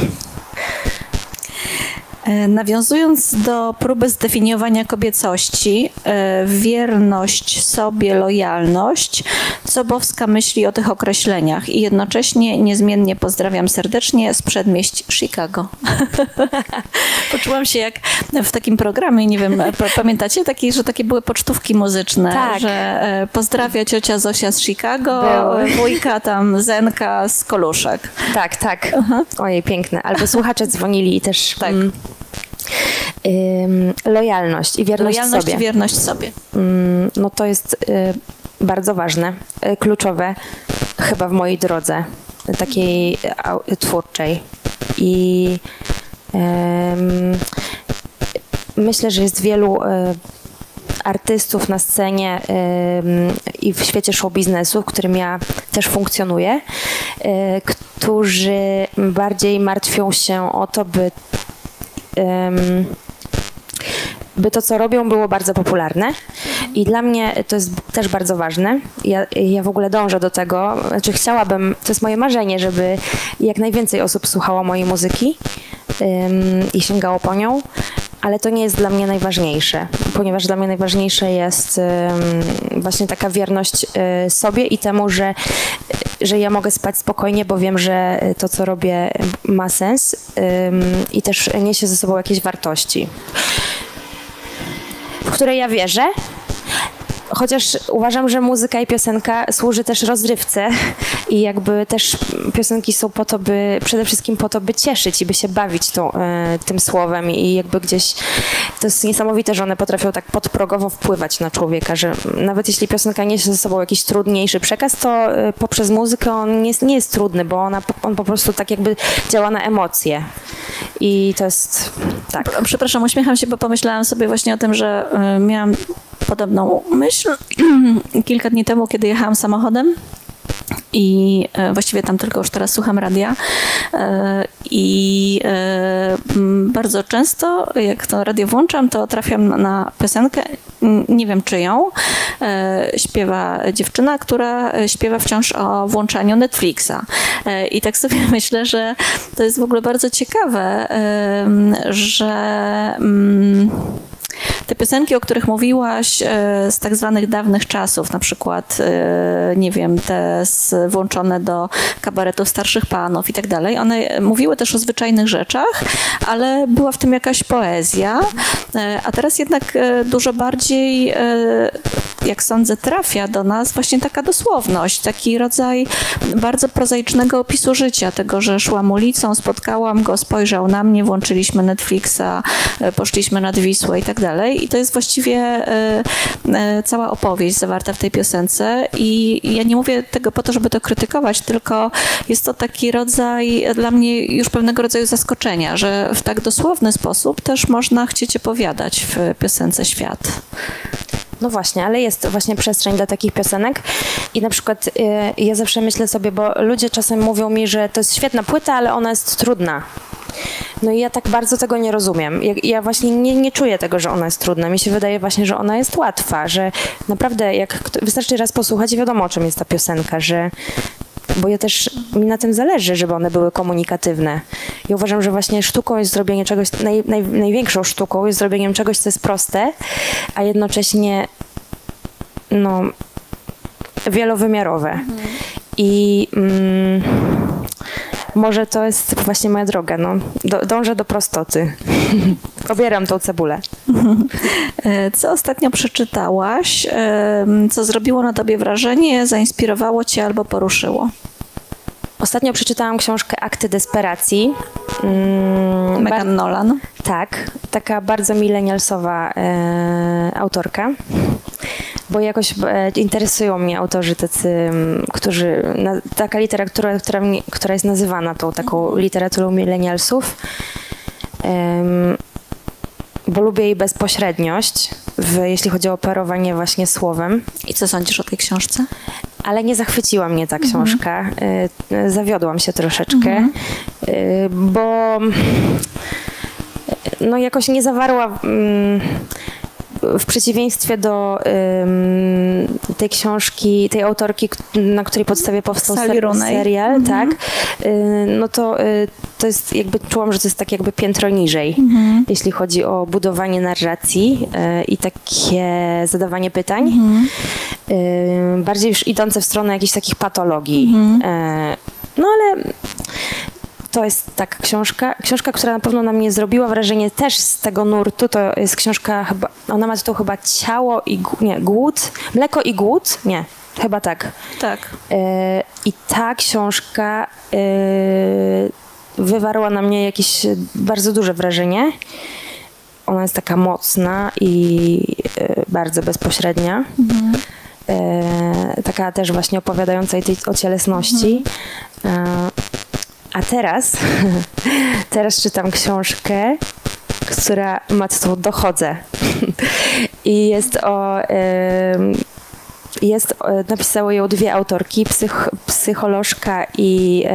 Nawiązując do próby zdefiniowania kobiecości, wierność sobie, lojalność, co Bowska myśli o tych określeniach i jednocześnie niezmiennie pozdrawiam serdecznie z przedmieść Chicago. Poczułam się jak w takim programie, nie wiem, pamiętacie, taki, że takie były pocztówki muzyczne, tak. Że pozdrawia ciocia Zosia z Chicago, Był. wujka tam Zenka z Koluszek. Tak, tak. Aha. Ojej, piękne. Albo słuchacze dzwonili i też... Tak. Mm, ym, lojalność i wierność lojalność sobie. i wierność sobie. Ym, no to jest y, bardzo ważne, y, kluczowe chyba w mojej drodze takiej y, twórczej. I ym, myślę, że jest wielu y, artystów na scenie y, i w świecie show biznesu, w którym ja też funkcjonuję, y, którzy bardziej martwią się o to, by Um, by to, co robią, było bardzo popularne i dla mnie to jest też bardzo ważne. Ja, ja w ogóle dążę do tego, znaczy chciałabym, to jest moje marzenie, żeby jak najwięcej osób słuchało mojej muzyki um, i sięgało po nią, ale to nie jest dla mnie najważniejsze, ponieważ dla mnie najważniejsze jest um, właśnie taka wierność um, sobie i temu, że, że ja mogę spać spokojnie, bo wiem, że to, co robię, ma sens um, i też niesie ze sobą jakieś wartości, w które ja wierzę. Chociaż uważam, że muzyka i piosenka służy też rozrywce i jakby też piosenki są po to, by przede wszystkim po to, by cieszyć i by się bawić tą, e, tym słowem i jakby gdzieś to jest niesamowite, że one potrafią tak podprogowo wpływać na człowieka, że nawet jeśli piosenka niesie ze sobą jakiś trudniejszy przekaz, to e, poprzez muzykę on nie jest, nie jest trudny, bo ona, on po prostu tak jakby działa na emocje i to jest tak. Przepraszam, uśmiecham się, bo pomyślałam sobie właśnie o tym, że y, miałam podobną myśl kilka dni temu, kiedy jechałam samochodem i e, właściwie tam tylko już teraz słucham radia e, i e, bardzo często jak to radio włączam, to trafiam na piosenkę, nie wiem czyją, e, śpiewa dziewczyna, która śpiewa wciąż o włączaniu Netflixa e, i tak sobie myślę, że to jest w ogóle bardzo ciekawe, e, że mm, te piosenki, o których mówiłaś z tak zwanych dawnych czasów, na przykład, nie wiem, te włączone do kabaretów starszych panów i tak dalej, one mówiły też o zwyczajnych rzeczach, ale była w tym jakaś poezja, a teraz jednak dużo bardziej, jak sądzę, trafia do nas właśnie taka dosłowność, taki rodzaj bardzo prozaicznego opisu życia, tego, że szłam ulicą, spotkałam go, spojrzał na mnie, włączyliśmy Netflixa, poszliśmy nad Wisłę i tak dalej. dalej i to jest właściwie cała opowieść zawarta w tej piosence i ja nie mówię tego po to, żeby to krytykować, tylko jest to taki rodzaj dla mnie już pewnego rodzaju zaskoczenia, że w tak dosłowny sposób też można chcieć opowiadać w piosence świat. No właśnie, ale jest właśnie przestrzeń dla takich piosenek i na przykład y, ja zawsze myślę sobie, bo ludzie czasem mówią mi, że to jest świetna płyta, ale ona jest trudna. No i ja tak bardzo tego nie rozumiem. Ja, ja właśnie nie, nie czuję tego, że ona jest trudna. Mi się wydaje właśnie, że ona jest łatwa, że naprawdę jak wystarczy raz posłuchać i wiadomo, o czym jest ta piosenka, że bo ja też, mi na tym zależy, żeby one były komunikatywne. Ja uważam, że właśnie sztuką jest zrobienie czegoś, naj, naj, największą sztuką jest zrobieniem czegoś, co jest proste, a jednocześnie no, wielowymiarowe. Mhm. I mm, może to jest właśnie moja droga. No. Do, dążę do prostoty. Obieram tą cebulę. Co ostatnio przeczytałaś, co zrobiło na tobie wrażenie, zainspirowało cię albo poruszyło? Ostatnio przeczytałam książkę Akty Desperacji. Mm, Megan bar- Nolan. Tak, taka bardzo milenialsowa e, autorka. Bo jakoś e, interesują mnie autorzy tacy, którzy, na, taka literatura, która, mnie, która jest nazywana tą taką literaturą milenialsów. Um, bo lubię jej bezpośredniość, w, jeśli chodzi o operowanie właśnie słowem. I co sądzisz o tej książce? Ale nie zachwyciła mnie ta książka. Mhm. Zawiodłam się troszeczkę, mhm. bo no jakoś nie zawarła w przeciwieństwie do um, tej książki, tej autorki, na której podstawie powstał ser- serial, mm-hmm. tak, y, no to y, to jest jakby, czułam, że to jest tak jakby piętro niżej, mm-hmm. jeśli chodzi o budowanie narracji y, i takie zadawanie pytań, mm-hmm. y, bardziej już idące w stronę jakichś takich patologii. Mm-hmm. Y, no ale to jest taka książka, książka, która na pewno na mnie zrobiła wrażenie też z tego nurtu. To jest książka chyba, ona ma tytuł chyba Ciało i nie, Głód, Mleko i Głód, nie, chyba tak. Tak. Yy, I ta książka yy, wywarła na mnie jakieś bardzo duże wrażenie. Ona jest taka mocna i yy, bardzo bezpośrednia. Mhm. Yy, taka też właśnie opowiadająca tej, o cielesności. Mhm. Yy, A teraz, teraz czytam książkę, która ma tytuł Dochodzę. I jest o, jest, napisały ją dwie autorki, psych, psycholożka i,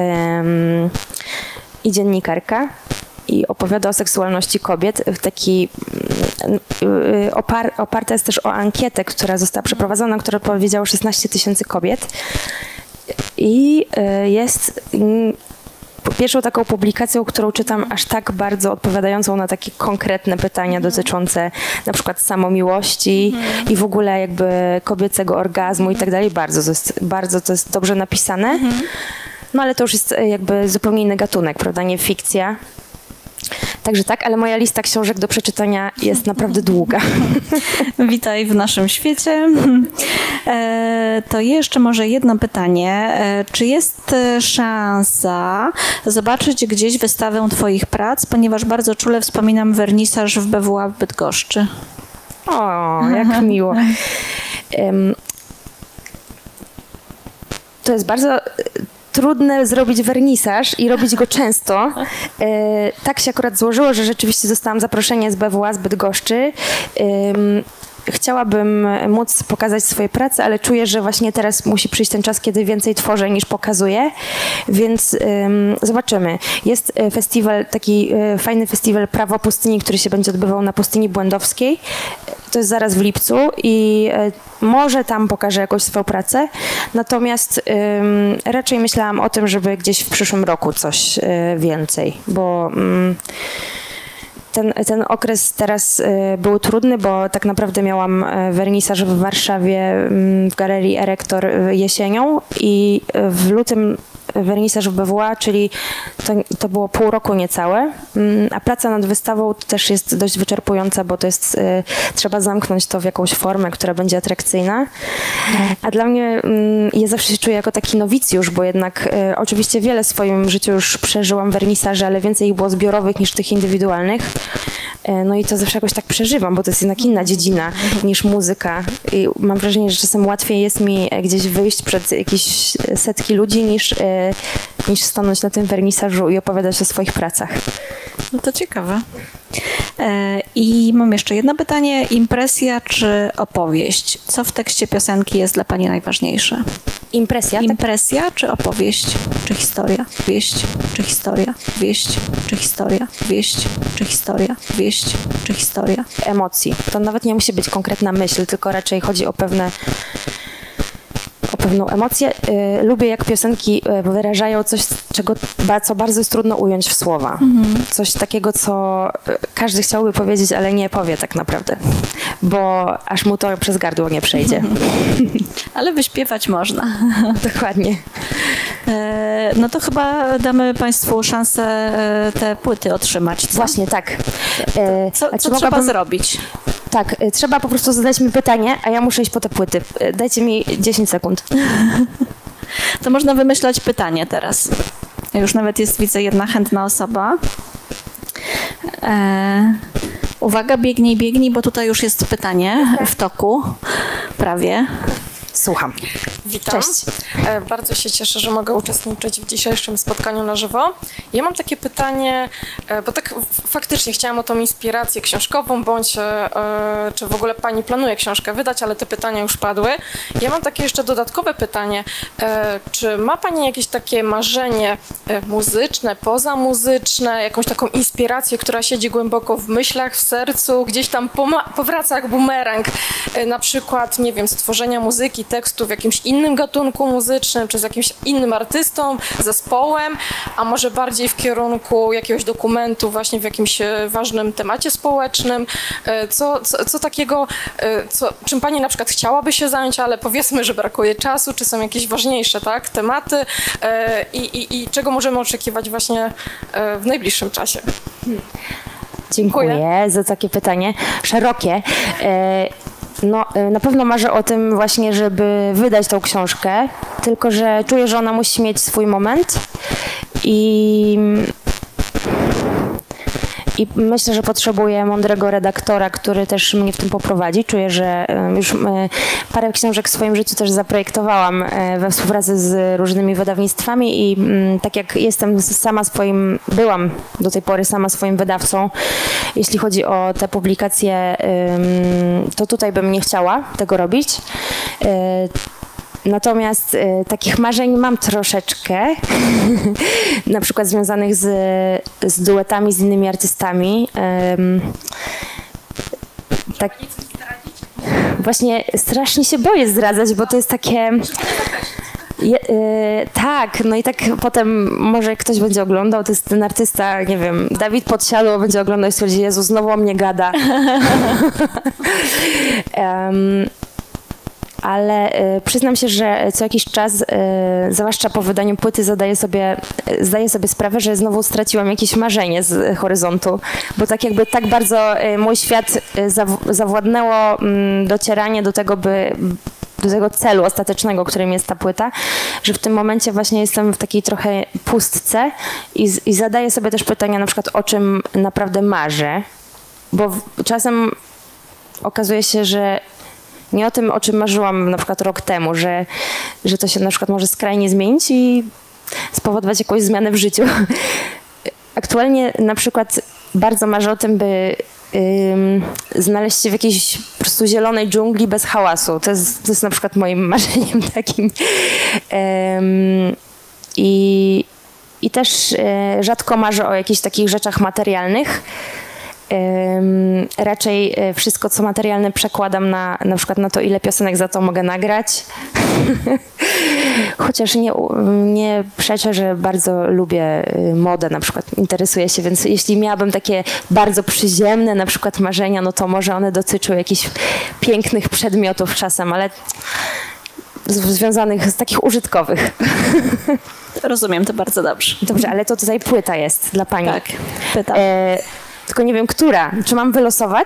i dziennikarka. I opowiada o seksualności kobiet w taki opar, oparta jest też o ankietę, która została przeprowadzona, która odpowiedziało szesnaście tysięcy kobiet. I jest pierwszą taką publikacją, którą czytam aż tak bardzo odpowiadającą na takie konkretne pytania mm. dotyczące na przykład samomiłości mm. i w ogóle jakby kobiecego orgazmu i tak dalej. Bardzo to jest, bardzo to jest dobrze napisane. Mm. No ale to już jest jakby zupełnie inny gatunek, prawda? Nie fikcja. Także tak, ale moja lista książek do przeczytania jest naprawdę długa. Witaj w naszym świecie. E, to jeszcze może jedno pytanie. E, czy jest szansa zobaczyć gdzieś wystawę twoich prac, ponieważ bardzo czule wspominam wernisaż w B W A w Bydgoszczy. O, jak miło. Um, to jest bardzo trudne zrobić wernisaż i robić go często. E, tak się akurat złożyło, że rzeczywiście dostałam zaproszenie z B W A z Bydgoszczy. E, chciałabym móc pokazać swoje prace, ale czuję, że właśnie teraz musi przyjść ten czas, kiedy więcej tworzę niż pokazuję, więc um, zobaczymy. Jest festiwal, taki e, fajny festiwal Prawo Pustyni, który się będzie odbywał na Pustyni Błędowskiej. To jest zaraz w lipcu i e, może tam pokażę jakąś swoją pracę, natomiast um, raczej myślałam o tym, żeby gdzieś w przyszłym roku coś e, więcej, bo um, Ten, ten okres teraz y, był trudny, bo tak naprawdę miałam wernisaż w Warszawie y, w Galerii Erektor jesienią i w lutym wernisaż w B W A, czyli to, to było pół roku niecałe, y, a praca nad wystawą też jest dość wyczerpująca, bo to jest, y, trzeba zamknąć to w jakąś formę, która będzie atrakcyjna. A dla mnie, y, ja zawsze się czuję jako taki nowicjusz, bo jednak y, oczywiście wiele w swoim życiu już przeżyłam wernisaży, ale więcej ich było zbiorowych niż tych indywidualnych. No i to zawsze jakoś tak przeżywam, bo to jest jednak inna dziedzina niż muzyka. I mam wrażenie, że czasem łatwiej jest mi gdzieś wyjść przed jakieś setki ludzi niż, niż stanąć na tym wernisażu i opowiadać o swoich pracach. No to ciekawe. I mam jeszcze jedno pytanie. Impresja czy opowieść? Co w tekście piosenki jest dla pani najważniejsze? Impresja? Impresja tak? Czy opowieść? Czy historia? Wieść czy historia? Wieść czy historia? Wieść czy historia? Wieść czy historia? Emocji. To nawet nie musi być konkretna myśl, tylko raczej chodzi o pewne o pewną emocję. Y, lubię, jak piosenki wyrażają coś, czego, co bardzo jest trudno ująć w słowa. Mhm. Coś takiego, co każdy chciałby powiedzieć, ale nie powie tak naprawdę, bo aż mu to przez gardło nie przejdzie. Mhm. Ale wyśpiewać można. Dokładnie. E, no to chyba damy państwu szansę e, te płyty otrzymać. Co? Właśnie, tak. E, co co trzeba bym... zrobić? Tak, trzeba po prostu zadać mi pytanie, a ja muszę iść po te płyty. Dajcie mi dziesięć sekund. To można wymyślać pytanie teraz. Już nawet jest, widzę, jedna chętna osoba. E, uwaga, biegnij, biegnij, bo tutaj już jest pytanie w toku. Prawie. Słucham. Witam. Cześć. Bardzo się cieszę, że mogę uczestniczyć w dzisiejszym spotkaniu na żywo. Ja mam takie pytanie, bo tak faktycznie chciałam o tą inspirację książkową, bądź czy w ogóle pani planuje książkę wydać, ale te pytania już padły. Ja mam takie jeszcze dodatkowe pytanie. Czy ma pani jakieś takie marzenie muzyczne, pozamuzyczne, jakąś taką inspirację, która siedzi głęboko w myślach, w sercu, gdzieś tam powraca jak bumerang, na przykład, nie wiem, stworzenia muzyki, tekstu w jakimś innym gatunku muzycznym, czy z jakimś innym artystą, zespołem, a może bardziej w kierunku jakiegoś dokumentu właśnie w jakimś ważnym temacie społecznym. Co, co, co takiego, co, czym pani na przykład chciałaby się zająć, ale powiedzmy, że brakuje czasu, czy są jakieś ważniejsze, tak, tematy i, i, i czego możemy oczekiwać właśnie w najbliższym czasie? Dziękuję, Dziękuję za takie pytanie. Szerokie. No, na pewno marzę o tym właśnie, żeby wydać tą książkę, tylko że czuję, że ona musi mieć swój moment i, i myślę, że potrzebuję mądrego redaktora, który też mnie w tym poprowadzi. Czuję, że już parę książek w swoim życiu też zaprojektowałam we współpracy z różnymi wydawnictwami i tak jak jestem sama swoim, byłam do tej pory sama swoim wydawcą, jeśli chodzi o te publikacje, to tutaj bym nie chciała tego robić. Natomiast y, takich marzeń mam troszeczkę, na przykład związanych z, z duetami z innymi artystami. Ym, tak, właśnie strasznie się boję zdradzać, bo to jest takie... Je, y, tak, no i tak potem może ktoś będzie oglądał, to jest ten artysta, nie wiem, Dawid Podsiadło będzie oglądał i stwierdzi, Jezu, znowu o mnie gada. um, ale y, przyznam się, że co jakiś czas, y, zwłaszcza po wydaniu płyty, zadaję sobie, y, zdaję sobie sprawę, że znowu straciłam jakieś marzenie z y, horyzontu, bo tak jakby tak bardzo y, mój świat y, zaw zawładnęło y, docieranie do tego, by do tego celu ostatecznego, którym jest ta płyta, że w tym momencie właśnie jestem w takiej trochę pustce i, z, i zadaję sobie też pytania na przykład, o czym naprawdę marzę, bo w, czasem okazuje się, że nie o tym, o czym marzyłam na przykład rok temu, że, że to się na przykład może skrajnie zmienić i spowodować jakąś zmianę w życiu. Aktualnie na przykład bardzo marzę o tym, by ym, znaleźć się w jakiejś po prostu zielonej dżungli bez hałasu. To jest, to jest na przykład moim marzeniem takim. Ym, i, I też y, rzadko marzę o jakichś takich rzeczach materialnych. Um, raczej wszystko, co materialne, przekładam na, na przykład na to, ile piosenek za to mogę nagrać. Chociaż nie, nie przeczę, że bardzo lubię modę, na przykład interesuję się, więc jeśli miałabym takie bardzo przyziemne na przykład marzenia, no to może one dotyczą jakichś pięknych przedmiotów czasem, ale związanych z takich użytkowych. Rozumiem to bardzo dobrze. Dobrze, ale to tutaj płyta jest dla pani. Tak, pytam. E Tylko nie wiem, która. Czy mam wylosować?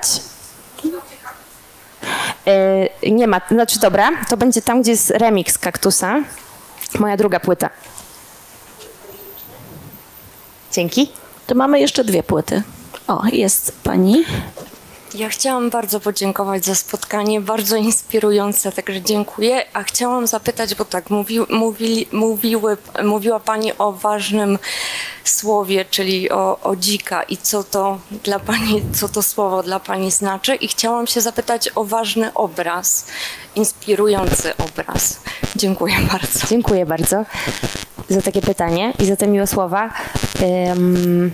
Yy, nie ma. Znaczy, dobra, to będzie tam, gdzie jest remix Kaktusa. Moja druga płyta. Dzięki. To mamy jeszcze dwie płyty. O, jest pani. Ja chciałam bardzo podziękować za spotkanie, bardzo inspirujące, także dziękuję. A chciałam zapytać, bo tak mówi, mówi, mówiły, mówiła Pani o ważnym słowie, czyli o, o dzika i co to dla Pani, co to słowo dla Pani znaczy. I chciałam się zapytać o ważny obraz, inspirujący obraz. Dziękuję bardzo. Dziękuję bardzo za takie pytanie i za te miłe słowa. Um,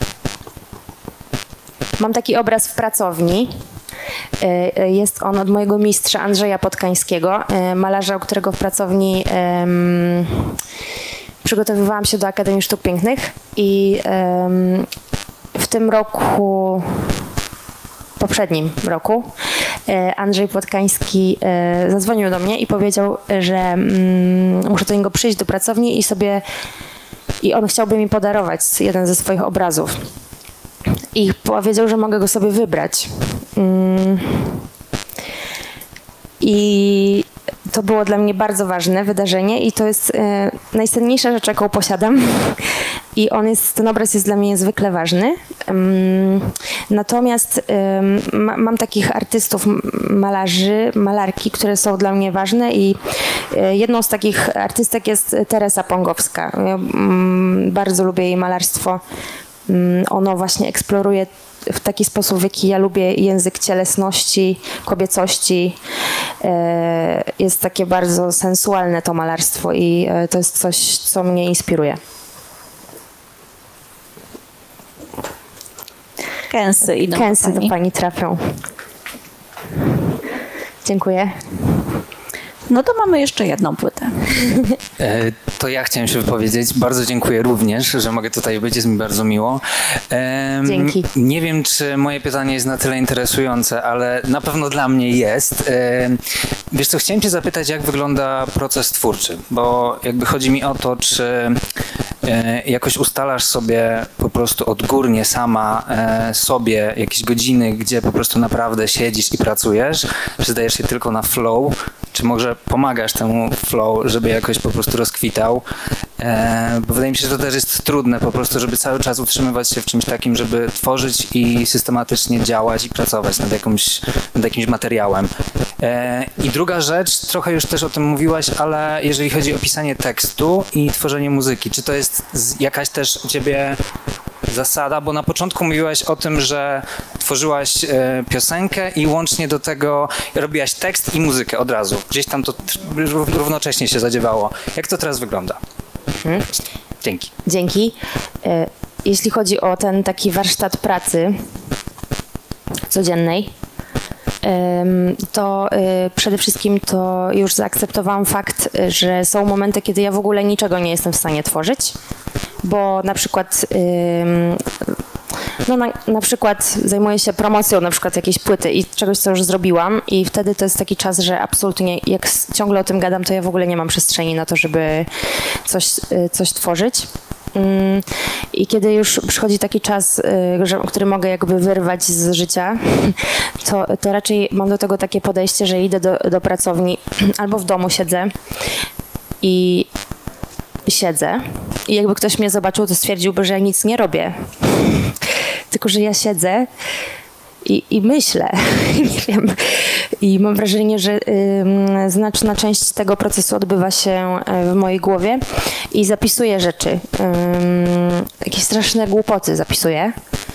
Mam taki obraz w pracowni. Jest on od mojego mistrza Andrzeja Podkańskiego, malarza, u którego w pracowni um, przygotowywałam się do Akademii Sztuk Pięknych i um, w tym roku, poprzednim roku, Andrzej Podkański zadzwonił do mnie i powiedział, że um, muszę do niego przyjść do pracowni i sobie i on chciałby mi podarować jeden ze swoich obrazów. I powiedział, że mogę go sobie wybrać. I to było dla mnie bardzo ważne wydarzenie i to jest najcenniejsza rzecz, jaką posiadam. I on jest, ten obraz jest dla mnie niezwykle ważny. Natomiast mam takich artystów, malarzy, malarki, które są dla mnie ważne i jedną z takich artystek jest Teresa Pongowska. Ja bardzo lubię jej malarstwo. Ono właśnie eksploruje w taki sposób, w jaki ja lubię język cielesności, kobiecości. Jest takie bardzo sensualne to malarstwo i to jest coś, co mnie inspiruje. Kęsy idą Kęsy do pani. do pani trafią. Dziękuję. No to mamy jeszcze jedną płytę. E, to ja chciałem się wypowiedzieć. Bardzo dziękuję również, że mogę tutaj być. Jest mi bardzo miło. E, Dzięki. Nie wiem, czy moje pytanie jest na tyle interesujące, ale na pewno dla mnie jest. E, wiesz co, chciałem cię zapytać, jak wygląda proces twórczy, bo jakby chodzi mi o to, czy e, jakoś ustalasz sobie po prostu odgórnie sama e, sobie jakieś godziny, gdzie po prostu naprawdę siedzisz i pracujesz, czy zdajesz się tylko na flow, czy może pomagasz temu flow, żeby jakoś po prostu rozkwitał, e, bo wydaje mi się, że to też jest trudne po prostu, żeby cały czas utrzymywać się w czymś takim, żeby tworzyć i systematycznie działać i pracować nad, jakąś, nad jakimś materiałem. E, I druga rzecz, trochę już też o tym mówiłaś, ale jeżeli chodzi o pisanie tekstu i tworzenie muzyki, czy to jest jakaś też u ciebie zasada, bo na początku mówiłaś o tym, że tworzyłaś e, piosenkę i łącznie do tego robiłaś tekst i muzykę od razu. Gdzieś tam to równocześnie się zadziewało. Jak to teraz wygląda? Hmm? Dzięki. Dzięki. E, jeśli chodzi o ten taki warsztat pracy codziennej, to przede wszystkim to już zaakceptowałam fakt, że są momenty, kiedy ja w ogóle niczego nie jestem w stanie tworzyć, bo na przykład no na, na przykład zajmuję się promocją na przykład jakiejś płyty i czegoś, co już zrobiłam i wtedy to jest taki czas, że absolutnie jak ciągle o tym gadam, to ja w ogóle nie mam przestrzeni na to, żeby coś, coś tworzyć. I kiedy już przychodzi taki czas, który mogę jakby wyrwać z życia, to, to raczej mam do tego takie podejście, że idę do, do pracowni albo w domu siedzę i siedzę i jakby ktoś mnie zobaczył, to stwierdziłby, że ja nic nie robię. Tylko że ja siedzę i, i myślę, nie wiem. I mam wrażenie, że y, znaczna część tego procesu odbywa się w mojej głowie i zapisuję rzeczy. Y, jakieś straszne głupoty zapisuję.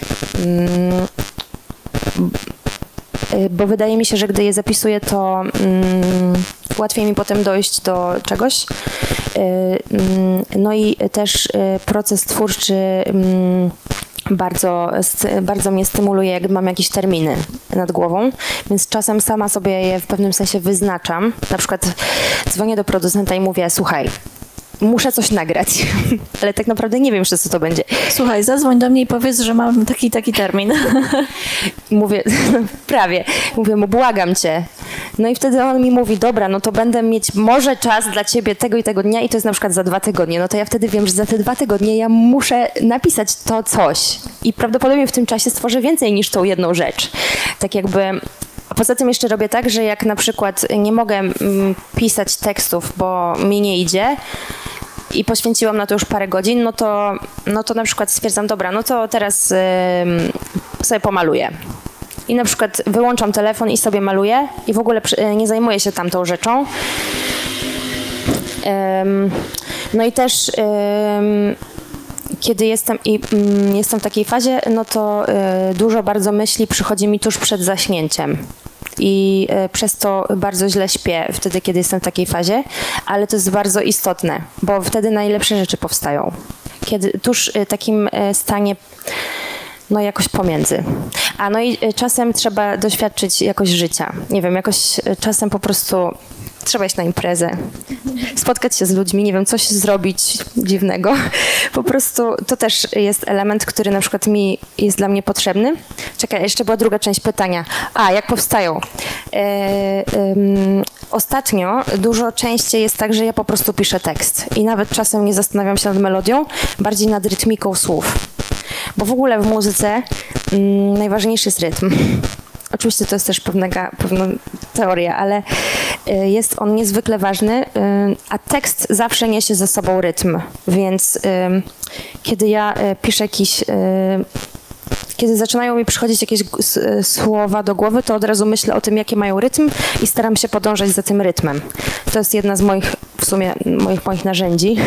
Y, bo wydaje mi się, że gdy je zapisuję, to y, łatwiej mi potem dojść do czegoś. Y, y, no i też y, proces twórczy y, Bardzo, bardzo mnie stymuluje, jak mam jakieś terminy nad głową, więc czasem sama sobie je w pewnym sensie wyznaczam. Na przykład dzwonię do producenta i mówię, słuchaj, muszę coś nagrać, ale tak naprawdę nie wiem jeszcze, co to będzie. Słuchaj, zadzwoń do mnie i powiedz, że mam taki taki termin. Mówię, prawie, mówię mu, błagam cię. No i wtedy on mi mówi, dobra, no to będę mieć może czas dla ciebie tego i tego dnia i to jest na przykład za dwa tygodnie. No to ja wtedy wiem, że za te dwa tygodnie ja muszę napisać to coś i prawdopodobnie w tym czasie stworzę więcej niż tą jedną rzecz. Tak jakby... A poza tym jeszcze robię tak, że jak na przykład nie mogę mm, pisać tekstów, bo mi nie idzie i poświęciłam na to już parę godzin, no to, no to na przykład stwierdzam, dobra, no to teraz y, sobie pomaluję. I na przykład wyłączam telefon i sobie maluję i w ogóle nie zajmuję się tamtą rzeczą. No i też kiedy jestem, i, jestem w takiej fazie, no to dużo bardzo myśli przychodzi mi tuż przed zaśnięciem. I przez to bardzo źle śpię wtedy, kiedy jestem w takiej fazie, ale to jest bardzo istotne, bo wtedy najlepsze rzeczy powstają. Kiedy tuż w takim stanie, no jakoś pomiędzy. A no i czasem trzeba doświadczyć jakoś życia. Nie wiem, jakoś czasem po prostu trzeba iść na imprezę, spotkać się z ludźmi, nie wiem, coś zrobić dziwnego. Po prostu to też jest element, który na przykład mi jest dla mnie potrzebny. Czekaj, jeszcze była druga część pytania. A, jak powstają? E, e, ostatnio dużo częściej jest tak, że ja po prostu piszę tekst i nawet czasem nie zastanawiam się nad melodią, bardziej nad rytmiką słów. Bo w ogóle w muzyce mm, najważniejszy jest rytm. Oczywiście to jest też pewna, pewna teoria, ale jest on niezwykle ważny, a tekst zawsze niesie ze sobą rytm, więc kiedy ja piszę jakiś, kiedy zaczynają mi przychodzić jakieś słowa do głowy, to od razu myślę o tym, jakie mają rytm i staram się podążać za tym rytmem. To jest jedna z moich, w sumie moich, moich narzędzi.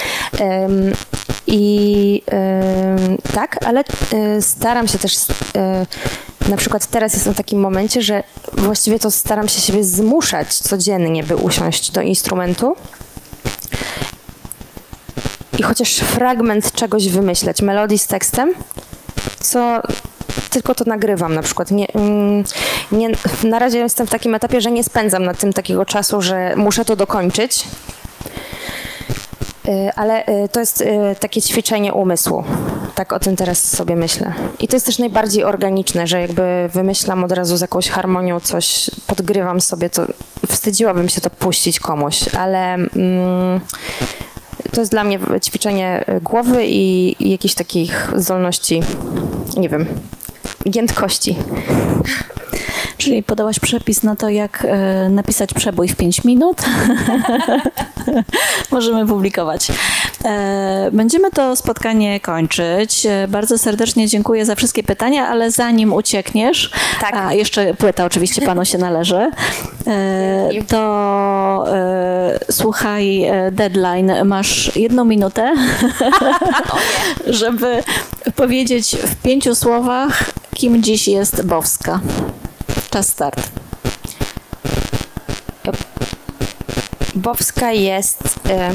I tak, ale staram się też, na przykład teraz jestem w takim momencie, że właściwie to staram się siebie zmuszać codziennie, by usiąść do instrumentu i chociaż fragment czegoś wymyśleć, melodii z tekstem, co tylko to nagrywam na przykład. Nie, nie, na razie jestem w takim etapie, że nie spędzam nad tym takiego czasu, że muszę to dokończyć. Ale to jest takie ćwiczenie umysłu. Tak o tym teraz sobie myślę. I to jest też najbardziej organiczne, że jakby wymyślam od razu z jakąś harmonią coś, podgrywam sobie, to wstydziłabym się to puścić komuś, ale mm, to jest dla mnie ćwiczenie głowy i, i jakichś takich zdolności, nie wiem, giętkości. Czyli podałaś przepis na to, jak e, napisać przebój w pięć minut. Możemy publikować. E, będziemy to spotkanie kończyć. E, bardzo serdecznie dziękuję za wszystkie pytania, ale zanim uciekniesz, tak. A jeszcze płyta oczywiście panu się należy, e, to e, słuchaj, deadline, masz jedną minutę, żeby powiedzieć w pięciu słowach, kim dziś jest Bowska. Czas start. Bowska jest e,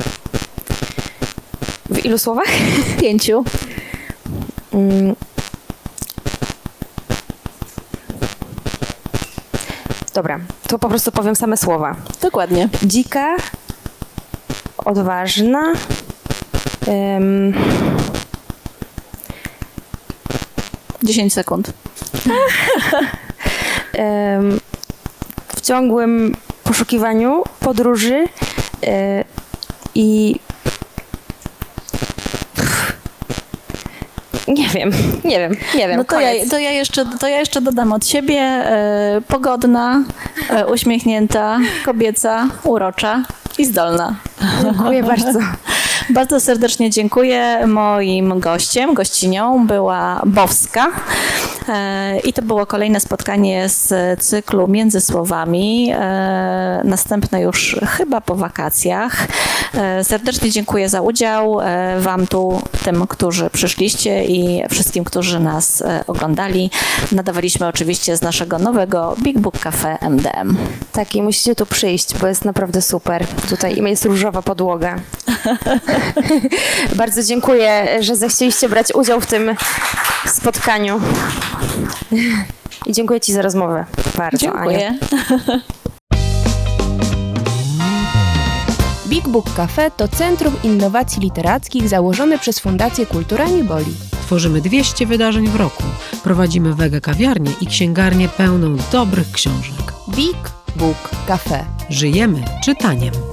w ilu słowach? Pięciu. Mm. Dobra, to po prostu powiem same słowa. Dokładnie. Dzika, odważna, um, dziesięć sekund. W ciągłym poszukiwaniu, podróży i nie wiem, nie wiem, nie wiem. No to ja, to, ja jeszcze, to ja jeszcze dodam od siebie. E, pogodna, e, uśmiechnięta, kobieca, urocza i zdolna. Dziękuję bardzo. Bardzo serdecznie dziękuję. Moim gościem, gościnią była Bowska. I to było kolejne spotkanie z cyklu Między Słowami. Następne już chyba po wakacjach. Serdecznie dziękuję za udział wam tu, tym, którzy przyszliście i wszystkim, którzy nas oglądali. Nadawaliśmy oczywiście z naszego nowego Big Book Cafe M D M. Tak, i musicie tu przyjść, bo jest naprawdę super. Tutaj jest różowa podłoga. Bardzo dziękuję, że zechcieliście brać udział w tym spotkaniu. I dziękuję ci za rozmowę. Bardzo, dziękuję. Ania. Big Book Cafe to Centrum Innowacji Literackich założone przez Fundację Kultura Nie Boli. Tworzymy dwieście wydarzeń w roku. Prowadzimy wege kawiarnię i księgarnię pełną dobrych książek. Big Book Cafe. Żyjemy czytaniem.